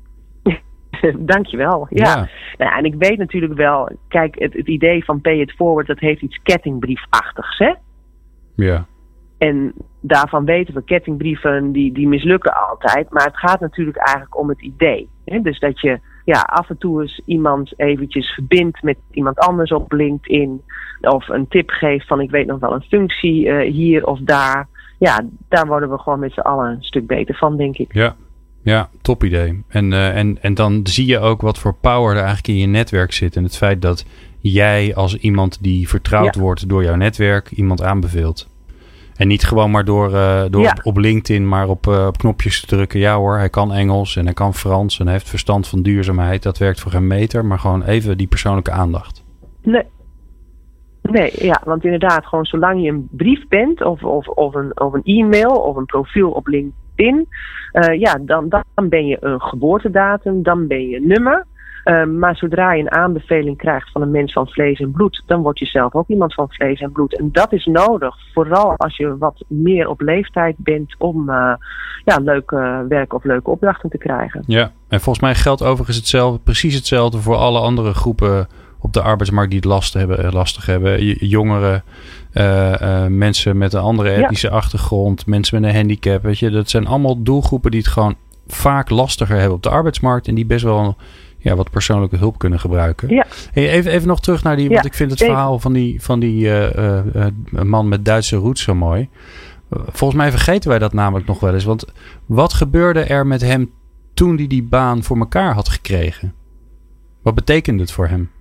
Dankjewel. Ja. Ja. Nou, en ik weet natuurlijk wel, kijk, het, het idee van pay it forward, dat heeft iets kettingbriefachtigs, hè? Ja. En daarvan weten we, kettingbrieven die, die mislukken altijd. Maar het gaat natuurlijk eigenlijk om het idee. Hè? Dus dat je ja, af en toe eens iemand eventjes verbindt met iemand anders op LinkedIn. Of een tip geeft van ik weet nog wel een functie uh, hier of daar. Ja, daar worden we gewoon met z'n allen een stuk beter van, denk ik. Ja, ja, top idee. En, uh, en, en dan zie je ook wat voor power er eigenlijk in je netwerk zit. En het feit dat jij als iemand die vertrouwd ja. wordt door jouw netwerk iemand aanbeveelt. En niet gewoon maar door, uh, door ja. op, op LinkedIn maar op, uh, op knopjes te drukken. Ja hoor, hij kan Engels en hij kan Frans en hij heeft verstand van duurzaamheid. Dat werkt voor geen meter, maar gewoon even die persoonlijke aandacht. Nee. Nee, ja, want inderdaad, gewoon zolang je een brief bent of, of, of, een, of een e-mail of een profiel op LinkedIn. Uh, ja, dan, dan ben je een geboortedatum, dan ben je een nummer. Uh, maar zodra je een aanbeveling krijgt van een mens van vlees en bloed, dan word je zelf ook iemand van vlees en bloed. En dat is nodig, vooral als je wat meer op leeftijd bent om uh, ja, leuke werk of leuke opdrachten te krijgen. Ja, en volgens mij geldt overigens hetzelfde, precies hetzelfde voor alle andere groepen op de arbeidsmarkt die het lastig hebben. Lastig hebben. Jongeren, uh, uh, mensen met een andere etnische ja. achtergrond, mensen met een handicap. Weet je, dat zijn allemaal doelgroepen die het gewoon vaak lastiger hebben op de arbeidsmarkt en die best wel ja, wat persoonlijke hulp kunnen gebruiken. Ja. Hey, even, even nog terug naar die, ja, want ik vind het verhaal van die, van die uh, uh, uh, man met Duitse roots zo mooi. Uh, volgens mij vergeten wij dat namelijk nog wel eens. Want wat gebeurde er met hem toen hij die baan voor elkaar had gekregen? Wat betekende het voor hem?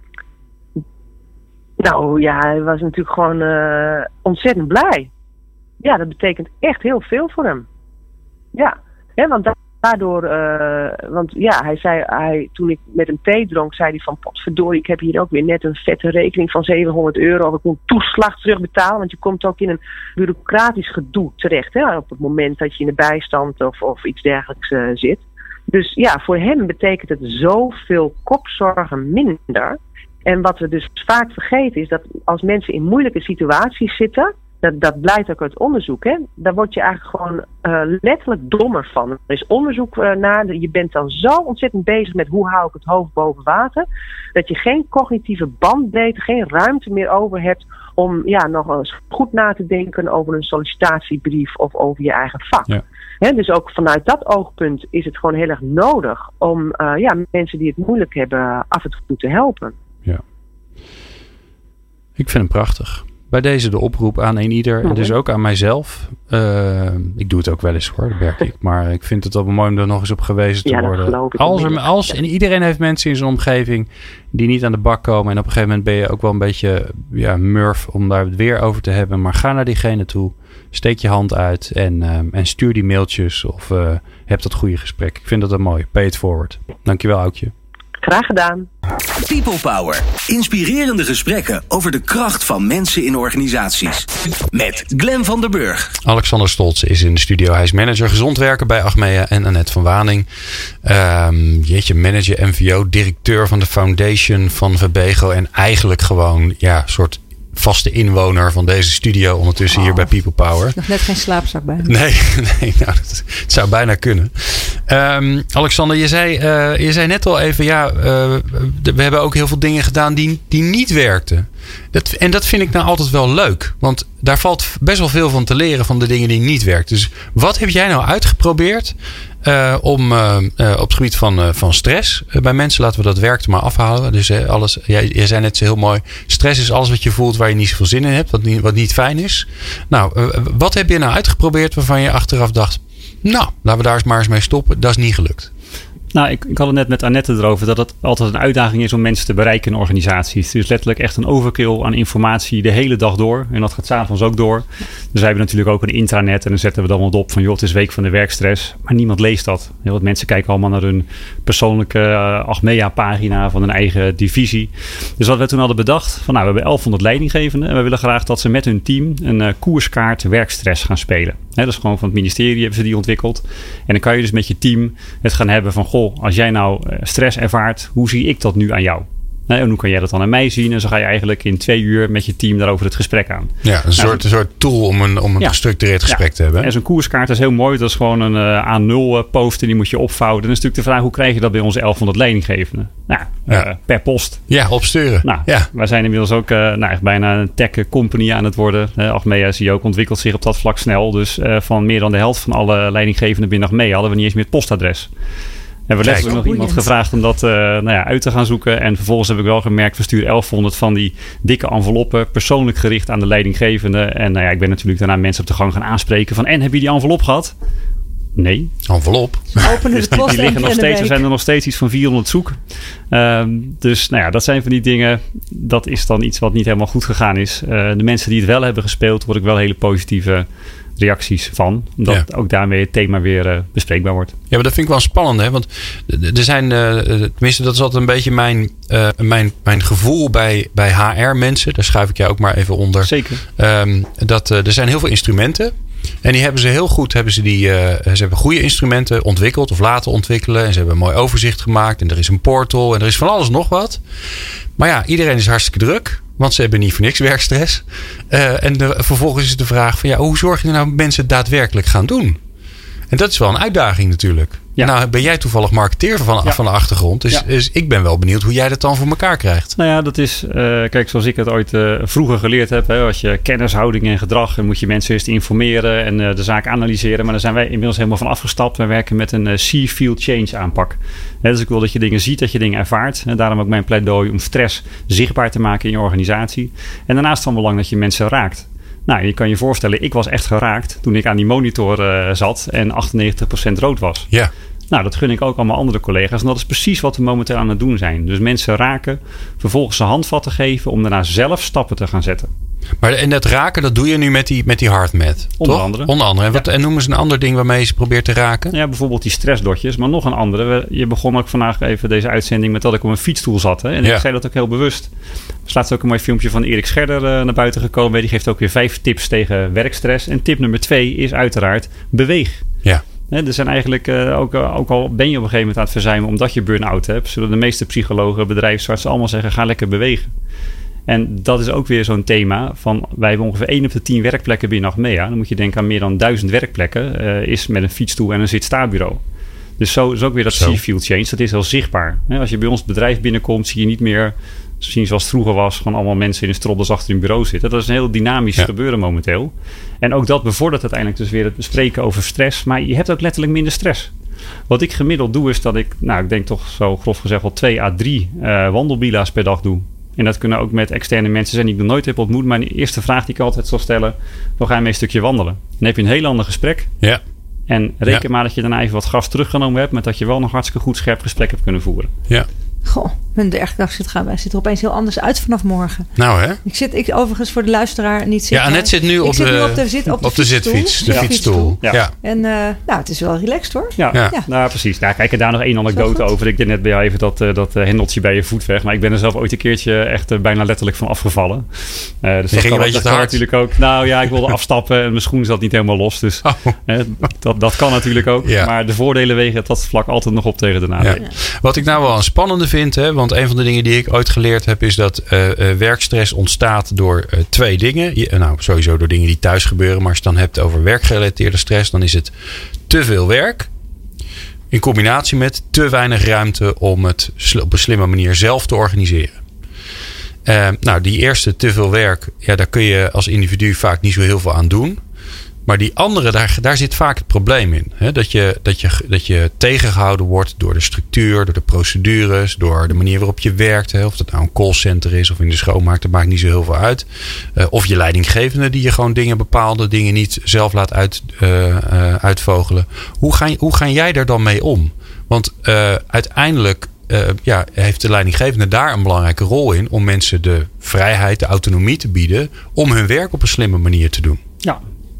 Nou ja, hij was natuurlijk gewoon uh, ontzettend blij. Ja, dat betekent echt heel veel voor hem. Ja, hè, want daardoor, uh, want ja, hij zei, hij, toen ik met hem thee dronk, zei hij van, potverdorie, ik heb hier ook weer net een vette rekening van zevenhonderd euro. Of ik moet toeslag terugbetalen, want je komt ook in een bureaucratisch gedoe terecht, hè, op het moment dat je in de bijstand of, of iets dergelijks uh, zit. Dus ja, voor hem betekent het zoveel kopzorgen minder. En wat we dus vaak vergeten is dat als mensen in moeilijke situaties zitten, dat, dat blijkt ook uit onderzoek, hè, daar word je eigenlijk gewoon uh, letterlijk dommer van. Er is onderzoek uh, naar, je bent dan zo ontzettend bezig met hoe hou ik het hoofd boven water, dat je geen cognitieve bandbreedte, geen ruimte meer over hebt om ja, nog eens goed na te denken over een sollicitatiebrief of over je eigen vak. Ja. He, dus ook vanuit dat oogpunt is het gewoon heel erg nodig om uh, ja, mensen die het moeilijk hebben af en toe te helpen. Ja. Ik vind hem prachtig. Bij deze de oproep aan een ieder. En dus ook aan mijzelf. Uh, ik doe het ook wel eens hoor, dat merk ik. Maar ik vind het wel mooi om er nog eens op gewezen te ja, worden. Als er, als, en iedereen heeft mensen in zijn omgeving die niet aan de bak komen. En op een gegeven moment ben je ook wel een beetje ja, murf om daar het weer over te hebben. Maar ga naar diegene toe. Steek je hand uit en, uh, en stuur die mailtjes. Of uh, heb dat goede gesprek. Ik vind dat wel mooi. Pay it forward. Dankjewel, Aukje. Graag gedaan. People Power. Inspirerende gesprekken over de kracht van mensen in organisaties. Met Glenn van der Burg. Alexander Stoltze is in de studio. Hij is manager gezond werken bij Achmea. En Annette van Waning. Um, jeetje, manager M V O. Directeur van de foundation van Verbego. En eigenlijk gewoon ja, soort vaste inwoner van deze studio ondertussen oh. hier bij People Power. Nog net geen slaapzak bij. Nee, nee nou, dat, het zou bijna kunnen. Um, Alexander, je zei, uh, je zei net al even, ja, uh, we hebben ook heel veel dingen gedaan die, die niet werkten. Dat, en dat vind ik nou altijd wel leuk. Want daar valt best wel veel van te leren van de dingen die niet werken. Dus wat heb jij nou uitgeprobeerd uh, om uh, uh, op het gebied van, uh, van stress uh, bij mensen, laten we dat werk maar afhalen. Dus uh, alles, jij, jij zei net zo heel mooi, stress is alles wat je voelt waar je niet zoveel zin in hebt, wat niet, wat niet fijn is. Nou, uh, wat heb je nou uitgeprobeerd waarvan je achteraf dacht, nou, laten we daar eens maar eens mee stoppen. Dat is niet gelukt. Nou, ik, ik had het net met Annette erover dat het altijd een uitdaging is om mensen te bereiken in organisaties. Het is letterlijk echt een overkill aan informatie de hele dag door. En dat gaat 's avonds ook door. Dus wij hebben natuurlijk ook een intranet en dan zetten we dan wat op van joh, het is week van de werkstress. Maar niemand leest dat. Heel wat mensen kijken allemaal naar hun persoonlijke uh, Achmea-pagina van hun eigen divisie. Dus wat we toen hadden bedacht, van nou, we hebben elfhonderd leidinggevenden en we willen graag dat ze met hun team een uh, koerskaart werkstress gaan spelen. He, dat is gewoon van het ministerie hebben ze die ontwikkeld. En dan kan je dus met je team het gaan hebben van goh, als jij nou stress ervaart, hoe zie ik dat nu aan jou? Nee, en hoe kan jij dat dan aan mij zien? En zo ga je eigenlijk in twee uur met je team daarover het gesprek aan. Ja, een nou, soort, zo, een soort tool om een, om een ja, gestructureerd gesprek ja. te hebben. En zo'n koerskaart is heel mooi. Dat is gewoon een uh, A nul post en die moet je opvouwen. Dan is natuurlijk de vraag, hoe krijg je dat bij onze elfhonderd leidinggevenden? Nou, ja. uh, per post. Ja, opsturen. Nou, ja. wij zijn inmiddels ook uh, nou, echt bijna een tech company aan het worden. Uh, Achmea zie je ook ontwikkelt zich op dat vlak snel. Dus uh, van meer dan de helft van alle leidinggevenden binnen Achmea hadden we niet eens meer het postadres. En we hebben nog iemand gevraagd om dat uh, nou ja, uit te gaan zoeken. En vervolgens heb ik wel gemerkt, we sturen elfhonderd van die dikke enveloppen persoonlijk gericht aan de leidinggevende. En nou ja, ik ben natuurlijk daarna mensen op de gang gaan aanspreken van, en heb je die envelop gehad? Nee. Envelop? Openen dus de die, die liggen nog steeds, er week. zijn er nog steeds iets van vierhonderd zoek. Um, dus nou ja, dat zijn van die dingen, dat is dan iets wat niet helemaal goed gegaan is. Uh, de mensen die het wel hebben gespeeld, word ik wel hele positieve reacties van. Omdat ja. ook daarmee het thema weer uh, bespreekbaar wordt. Ja, maar dat vind ik wel spannend. Hè? Want er zijn, uh, tenminste dat is altijd een beetje mijn, uh, mijn, mijn gevoel bij, bij H R-mensen. Daar schuif ik jou ook maar even onder. Zeker. Um, dat uh, er zijn heel veel instrumenten. En die hebben ze heel goed, hebben ze die, uh, ze hebben goede instrumenten ontwikkeld of laten ontwikkelen. En ze hebben een mooi overzicht gemaakt. En er is een portal en er is van alles nog wat. Maar ja, iedereen is hartstikke druk. Want ze hebben niet voor niks werkstress. Uh, en de, vervolgens is de vraag van ja, hoe zorg je er nou dat mensen daadwerkelijk gaan doen? En dat is wel een uitdaging natuurlijk. Ja. Nou ben jij toevallig marketeer van, ja. van de achtergrond. Dus, ja. dus ik ben wel benieuwd hoe jij dat dan voor elkaar krijgt. Nou ja, dat is, uh, kijk, zoals ik het ooit uh, vroeger geleerd heb. Hè, als je kennis, houding en gedrag, dan moet je mensen eerst informeren en uh, de zaak analyseren. Maar daar zijn wij inmiddels helemaal van afgestapt. Wij werken met een uh, see-feel change aanpak. Hè, dus ik wil dat je dingen ziet, dat je dingen ervaart. En daarom ook mijn pleidooi om stress zichtbaar te maken in je organisatie. En daarnaast van belang dat je mensen raakt. Nou, je kan je voorstellen, ik was echt geraakt toen ik aan die monitor uh, zat en achtennegentig procent rood was. Ja. Nou, dat gun ik ook allemaal andere collega's. En dat is precies wat we momenteel aan het doen zijn. Dus mensen raken, vervolgens ze handvatten geven om daarna zelf stappen te gaan zetten. Maar en dat raken, dat doe je nu met die, met die HeartMath, Onder toch? andere. Onder andere. En, wat, ja. en noem eens een ander ding waarmee je ze probeert te raken. Ja, bijvoorbeeld die stressdotjes. Maar nog een andere. Je begon ook vandaag even deze uitzending met dat ik op een fietsstoel zat. Hè? En ja. ik zei dat ook heel bewust. Er is laatst ook een mooi filmpje van Erik Scherder uh, naar buiten gekomen. Die geeft ook weer vijf tips tegen werkstress. En tip nummer twee is uiteraard beweeg. Ja. He, er zijn eigenlijk, uh, ook, uh, ook al ben je op een gegeven moment aan het verzuimen omdat je burn-out hebt, zullen de meeste psychologen, bedrijfsartsen allemaal zeggen, ga lekker bewegen. En dat is ook weer zo'n thema van, wij hebben ongeveer één op de tien werkplekken binnen Achmea. Dan moet je denken aan meer dan duizend werkplekken, uh, is met een fietsstoel en een zit-sta-bureau. Dus zo is ook weer dat see-feel change, dat is heel zichtbaar. He, als je bij ons het bedrijf binnenkomt, zie je niet meer, zien zoals het vroeger was, gewoon allemaal mensen in een strobbels achter hun bureau zitten. Dat is een heel dynamisch ja. gebeuren momenteel. En ook dat bevordert uiteindelijk dus weer het bespreken over stress. Maar je hebt ook letterlijk minder stress. Wat ik gemiddeld doe is dat ik, nou ik denk toch zo grof gezegd wel twee à drie uh, wandelbila's per dag doe. En dat kunnen ook met externe mensen zijn die ik nog nooit heb ontmoet. Maar de eerste vraag die ik altijd zal stellen, dan ga je mee een stukje wandelen. Dan heb je een heel ander gesprek. Ja. En reken ja. maar dat je daarna even wat gas teruggenomen hebt, maar dat je wel nog hartstikke goed scherp gesprek hebt kunnen voeren. Ja. Goh, mijn werkdag zit, gaan, wij zitten er opeens heel anders uit vanaf morgen. Nou hè? Ik zit, ik, overigens voor de luisteraar niet zitten. Ja, Annette zit nu op, zit de, nu op de, zit, op de, op de zitfiets. De ja. fietsstoel. Ja. ja. En uh, nou, het is wel relaxed hoor. Ja, ja. ja. Nou precies. Nou, kijk, en daar nog één anekdote over. Ik deed net bij jou even dat, uh, dat uh, hendeltje bij je voet weg. Maar ik ben er zelf ooit een keertje echt uh, bijna letterlijk van afgevallen. Uh, dus je dat ging kan, een beetje dat te kan hard. natuurlijk ook. Nou ja, ik wilde afstappen en mijn schoen zat niet helemaal los. Dus oh. uh, dat, dat kan natuurlijk ook. Ja. Maar de voordelen wegen het dat vlak altijd nog op tegen de nadelen. Ja. Wat ik nou wel een spannende vind, hè, want een van de dingen die ik ooit geleerd heb, is dat uh, uh, werkstress ontstaat door uh, twee dingen. Je, nou, sowieso door dingen die thuis gebeuren. Maar als je het dan hebt over werkgerelateerde stress, dan is het te veel werk. In combinatie met te weinig ruimte om het op een slimme manier zelf te organiseren. Uh, nou, die eerste te veel werk, ja, daar kun je als individu vaak niet zo heel veel aan doen. Maar die andere, daar, daar zit vaak het probleem in. Hè? Dat, je, dat, je, dat je tegengehouden wordt door de structuur, door de procedures, door de manier waarop je werkt. Hè? Of dat nou een callcenter is of in de schoonmaak, dat maakt niet zo heel veel uit. Uh, of je leidinggevende die je gewoon dingen bepaalde dingen niet zelf laat uit, uh, uh, uitvogelen. Hoe ga, hoe ga jij daar dan mee om? Want uh, uiteindelijk uh, ja, heeft de leidinggevende daar een belangrijke rol in om mensen de vrijheid, de autonomie te bieden om hun werk op een slimme manier te doen. Ja.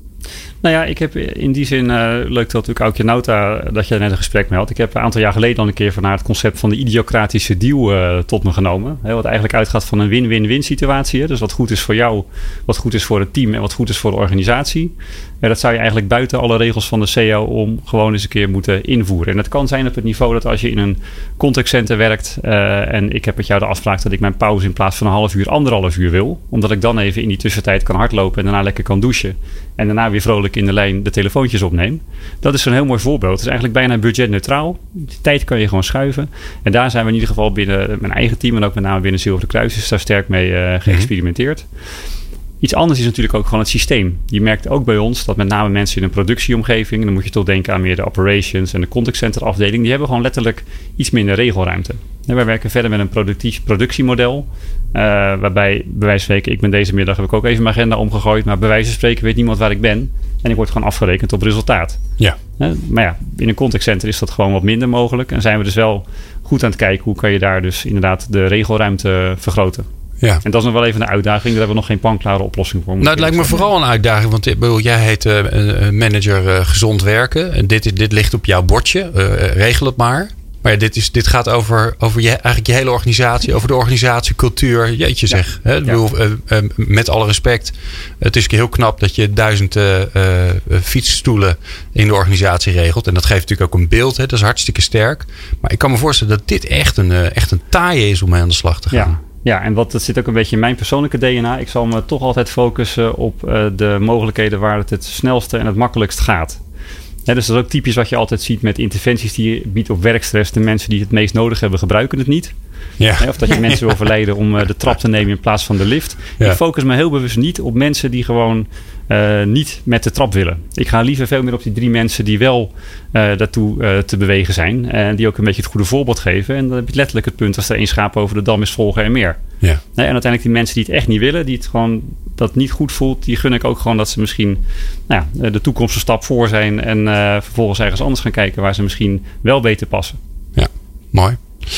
Nou ja, ik heb in die zin, uh, leuk dat ook Aukje Nauta, dat je net een gesprek mee had. Ik heb een aantal jaar geleden al een keer vanuit het concept van de idiocratische deal uh, tot me genomen. Hè, wat eigenlijk uitgaat van een win-win-win situatie. Hè? Dus wat goed is voor jou, wat goed is voor het team en wat goed is voor de organisatie. Ja, dat zou je eigenlijk buiten alle regels van de C E O om gewoon eens een keer moeten invoeren. En dat kan zijn op het niveau dat als je in een contactcenter werkt uh, en ik heb met jou de afspraak dat ik mijn pauze in plaats van een half uur, anderhalf uur wil. Omdat ik dan even in die tussentijd kan hardlopen en daarna lekker kan douchen. En daarna weer vrolijk in de lijn de telefoontjes opneem. Dat is een heel mooi voorbeeld. Het is eigenlijk bijna budgetneutraal. De tijd kan je gewoon schuiven. En daar zijn we in ieder geval binnen mijn eigen team en ook met name binnen Zilveren Kruis is daar sterk mee uh, geëxperimenteerd. Mm-hmm. Iets anders is natuurlijk ook gewoon het systeem. Je merkt ook bij ons dat met name mensen in een productieomgeving, dan moet je toch denken aan meer de operations en de contact center afdeling, die hebben gewoon letterlijk iets minder regelruimte. En wij werken verder met een productief productiemodel. Uh, waarbij, bij wijze van spreken, ik ben deze middag, heb ik ook even mijn agenda omgegooid, maar bij wijze van spreken weet niemand waar ik ben. En ik word gewoon afgerekend op resultaat. Ja. Uh, maar ja, in een contact center is dat gewoon wat minder mogelijk. En zijn we dus wel goed aan het kijken hoe kan je daar dus inderdaad de regelruimte vergroten. Ja. En dat is nog wel even een uitdaging. Daar hebben we nog geen panklare oplossing voor. Nou, het lijkt me vooral een uitdaging. Want ik bedoel, jij heet uh, manager uh, gezond werken. En dit, is, dit ligt op jouw bordje. Uh, regel het maar. Maar ja, dit, is, dit gaat over, over je, eigenlijk je hele organisatie. Over de organisatiecultuur. Jeetje zeg. Ja. Hè? Ik bedoel, uh, uh, met alle respect. Het is heel knap dat je duizend uh, uh, fietsstoelen in de organisatie regelt. En dat geeft natuurlijk ook een beeld. Hè? Dat is hartstikke sterk. Maar ik kan me voorstellen dat dit echt een, uh, echt een taaie is om mee aan de slag te gaan. Ja. Ja, en wat, dat zit ook een beetje in mijn persoonlijke D N A. Ik zal me toch altijd focussen op uh, de mogelijkheden waar het het snelste en het makkelijkst gaat. Ja, dus dat is ook typisch wat je altijd ziet met interventies die je biedt op werkstress. De mensen die het meest nodig hebben, gebruiken het niet. Ja. Of dat je mensen wil verleiden om uh, de trap te nemen in plaats van de lift. Ja. Ik focus me heel bewust niet op mensen die gewoon uh, niet met de trap willen. Ik ga liever veel meer op die drie mensen die wel uh, daartoe uh, te bewegen zijn. En die ook een beetje het goede voorbeeld geven. En dan heb je letterlijk het punt als er één schaap over de dam is, volgen en meer. Ja. Nee, en uiteindelijk die mensen die het echt niet willen, die het gewoon dat niet goed voelt, die gun ik ook gewoon dat ze misschien nou ja, de toekomst een stap voor zijn. En uh, vervolgens ergens anders gaan kijken waar ze misschien wel beter passen. Ja, mooi.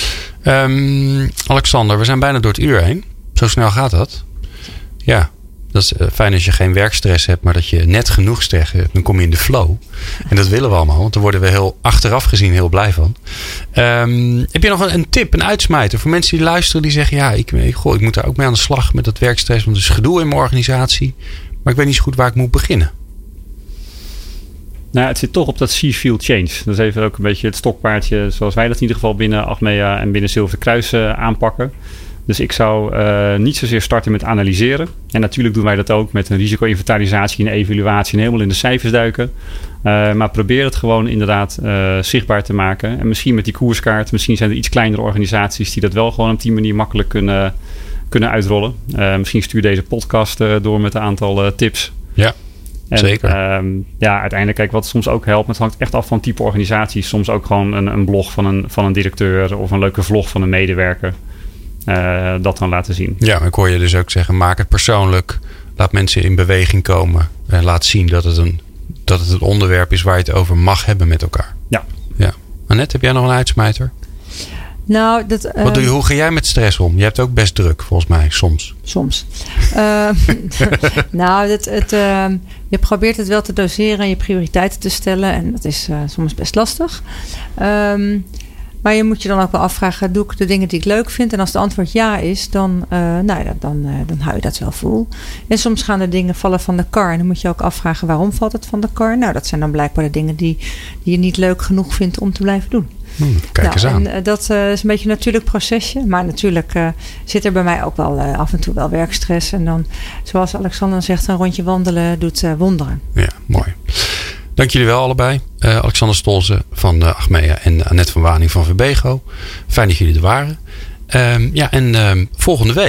Um, Alexander, we zijn bijna door het uur heen. Zo snel gaat dat. Ja, dat is uh, fijn als je geen werkstress hebt, maar dat je net genoeg stress hebt. Dan kom je in de flow. En dat willen we allemaal, want daar worden we heel achteraf gezien heel blij van. Um, heb je nog een, een tip, een uitsmijter voor mensen die luisteren die zeggen, ja, ik, ik, goh, ik moet daar ook mee aan de slag met dat werkstress, want er is gedoe in mijn organisatie. Maar ik weet niet zo goed waar ik moet beginnen. Nou, het zit toch op dat see-feel change. Dat is even ook een beetje het stokpaardje zoals wij dat in ieder geval binnen Achmea en binnen Zilveren Kruis uh, aanpakken. Dus ik zou uh, niet zozeer starten met analyseren. En natuurlijk doen wij dat ook met een risico-inventarisatie en evaluatie en helemaal in de cijfers duiken. Uh, maar probeer het gewoon inderdaad uh, zichtbaar te maken. En misschien met die koerskaart, misschien zijn er iets kleinere organisaties die dat wel gewoon op die manier makkelijk kunnen, kunnen uitrollen. Uh, misschien stuur deze podcast uh, door met een aantal uh, tips. Ja. En, zeker. Um, ja, uiteindelijk, kijk, wat soms ook helpt, het hangt echt af van type organisatie. Soms ook gewoon een, een blog van een, van een directeur of een leuke vlog van een medewerker. Uh, dat dan laten zien. Ja, ik hoor je dus ook zeggen, maak het persoonlijk. Laat mensen in beweging komen. En laat zien dat het een, dat het een onderwerp is waar je het over mag hebben met elkaar. Ja. Ja. Annette, heb jij nog een uitsmijter? Nou, dat, uh, Wat doe je, hoe ga jij met stress om? Je hebt ook best druk, volgens mij, soms. Soms. uh, nou, het, het, uh, je probeert het wel te doseren en je prioriteiten te stellen. En dat is uh, soms best lastig. Um, maar je moet je dan ook wel afvragen, doe ik de dingen die ik leuk vind? En als het antwoord ja is, dan, uh, nou ja, dan, uh, dan hou je dat wel vol. En soms gaan de dingen vallen van de kar. En dan moet je ook afvragen, waarom valt het van de kar? Nou, dat zijn dan blijkbaar de dingen die, die je niet leuk genoeg vindt om te blijven doen. Hmm, kijk eens nou, aan. En, uh, dat uh, is een beetje een natuurlijk procesje. Maar natuurlijk uh, zit er bij mij ook wel uh, af en toe wel werkstress. En dan, zoals Alexander zegt, een rondje wandelen doet uh, wonderen. Ja, mooi. Dank jullie wel allebei. Uh, Alexander Stolze van uh, Achmea en Annette van Waning van Verbego. Fijn dat jullie er waren. Um, ja, en um, volgende week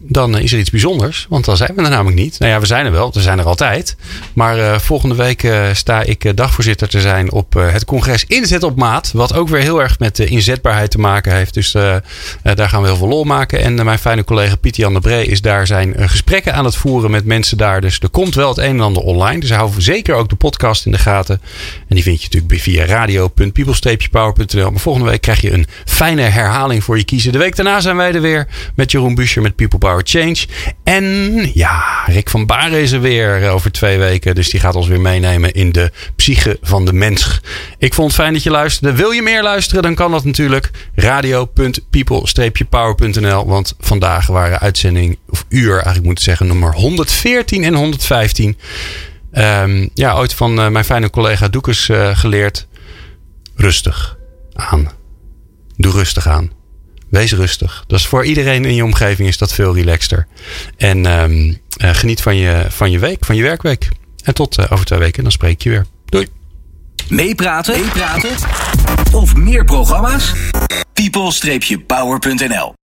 dan is er iets bijzonders. Want dan zijn we er namelijk niet. Nou ja, we zijn er wel. We zijn er altijd. Maar uh, volgende week uh, sta ik uh, dagvoorzitter te zijn op uh, het congres Inzet op Maat. Wat ook weer heel erg met de inzetbaarheid te maken heeft. Dus uh, uh, daar gaan we heel veel lol maken. En uh, mijn fijne collega Pieter-Jan de Bree is daar zijn uh, gesprekken aan het voeren met mensen daar. Dus er komt wel het een en ander online. Dus hou zeker ook de podcast in de gaten. En die vind je natuurlijk via radio punt people power punt n l. Maar volgende week krijg je een fijne herhaling voor je kiezen. De week daarna zijn wij er weer met Jeroen Buescher met People Power Change. En ja, Rick van Baren is er weer over twee weken. Dus die gaat ons weer meenemen in de psyche van de mens. Ik vond het fijn dat je luisterde. Wil je meer luisteren? Dan kan dat natuurlijk. radio punt people power punt n l. Want vandaag waren uitzending, of uur eigenlijk moet ik zeggen, nummer honderdveertien en honderdvijftien. Um, ja, ooit van uh, mijn fijne collega Doekes uh, geleerd. Rustig aan. Doe rustig aan. Wees rustig. Dat is voor iedereen in je omgeving is dat veel relaxter. En um, uh, geniet van je, van je week, van je werkweek. En tot uh, over twee weken, dan spreek ik je weer. Doei. Meepraten? Meepraten? Of meer programma's? people power punt n l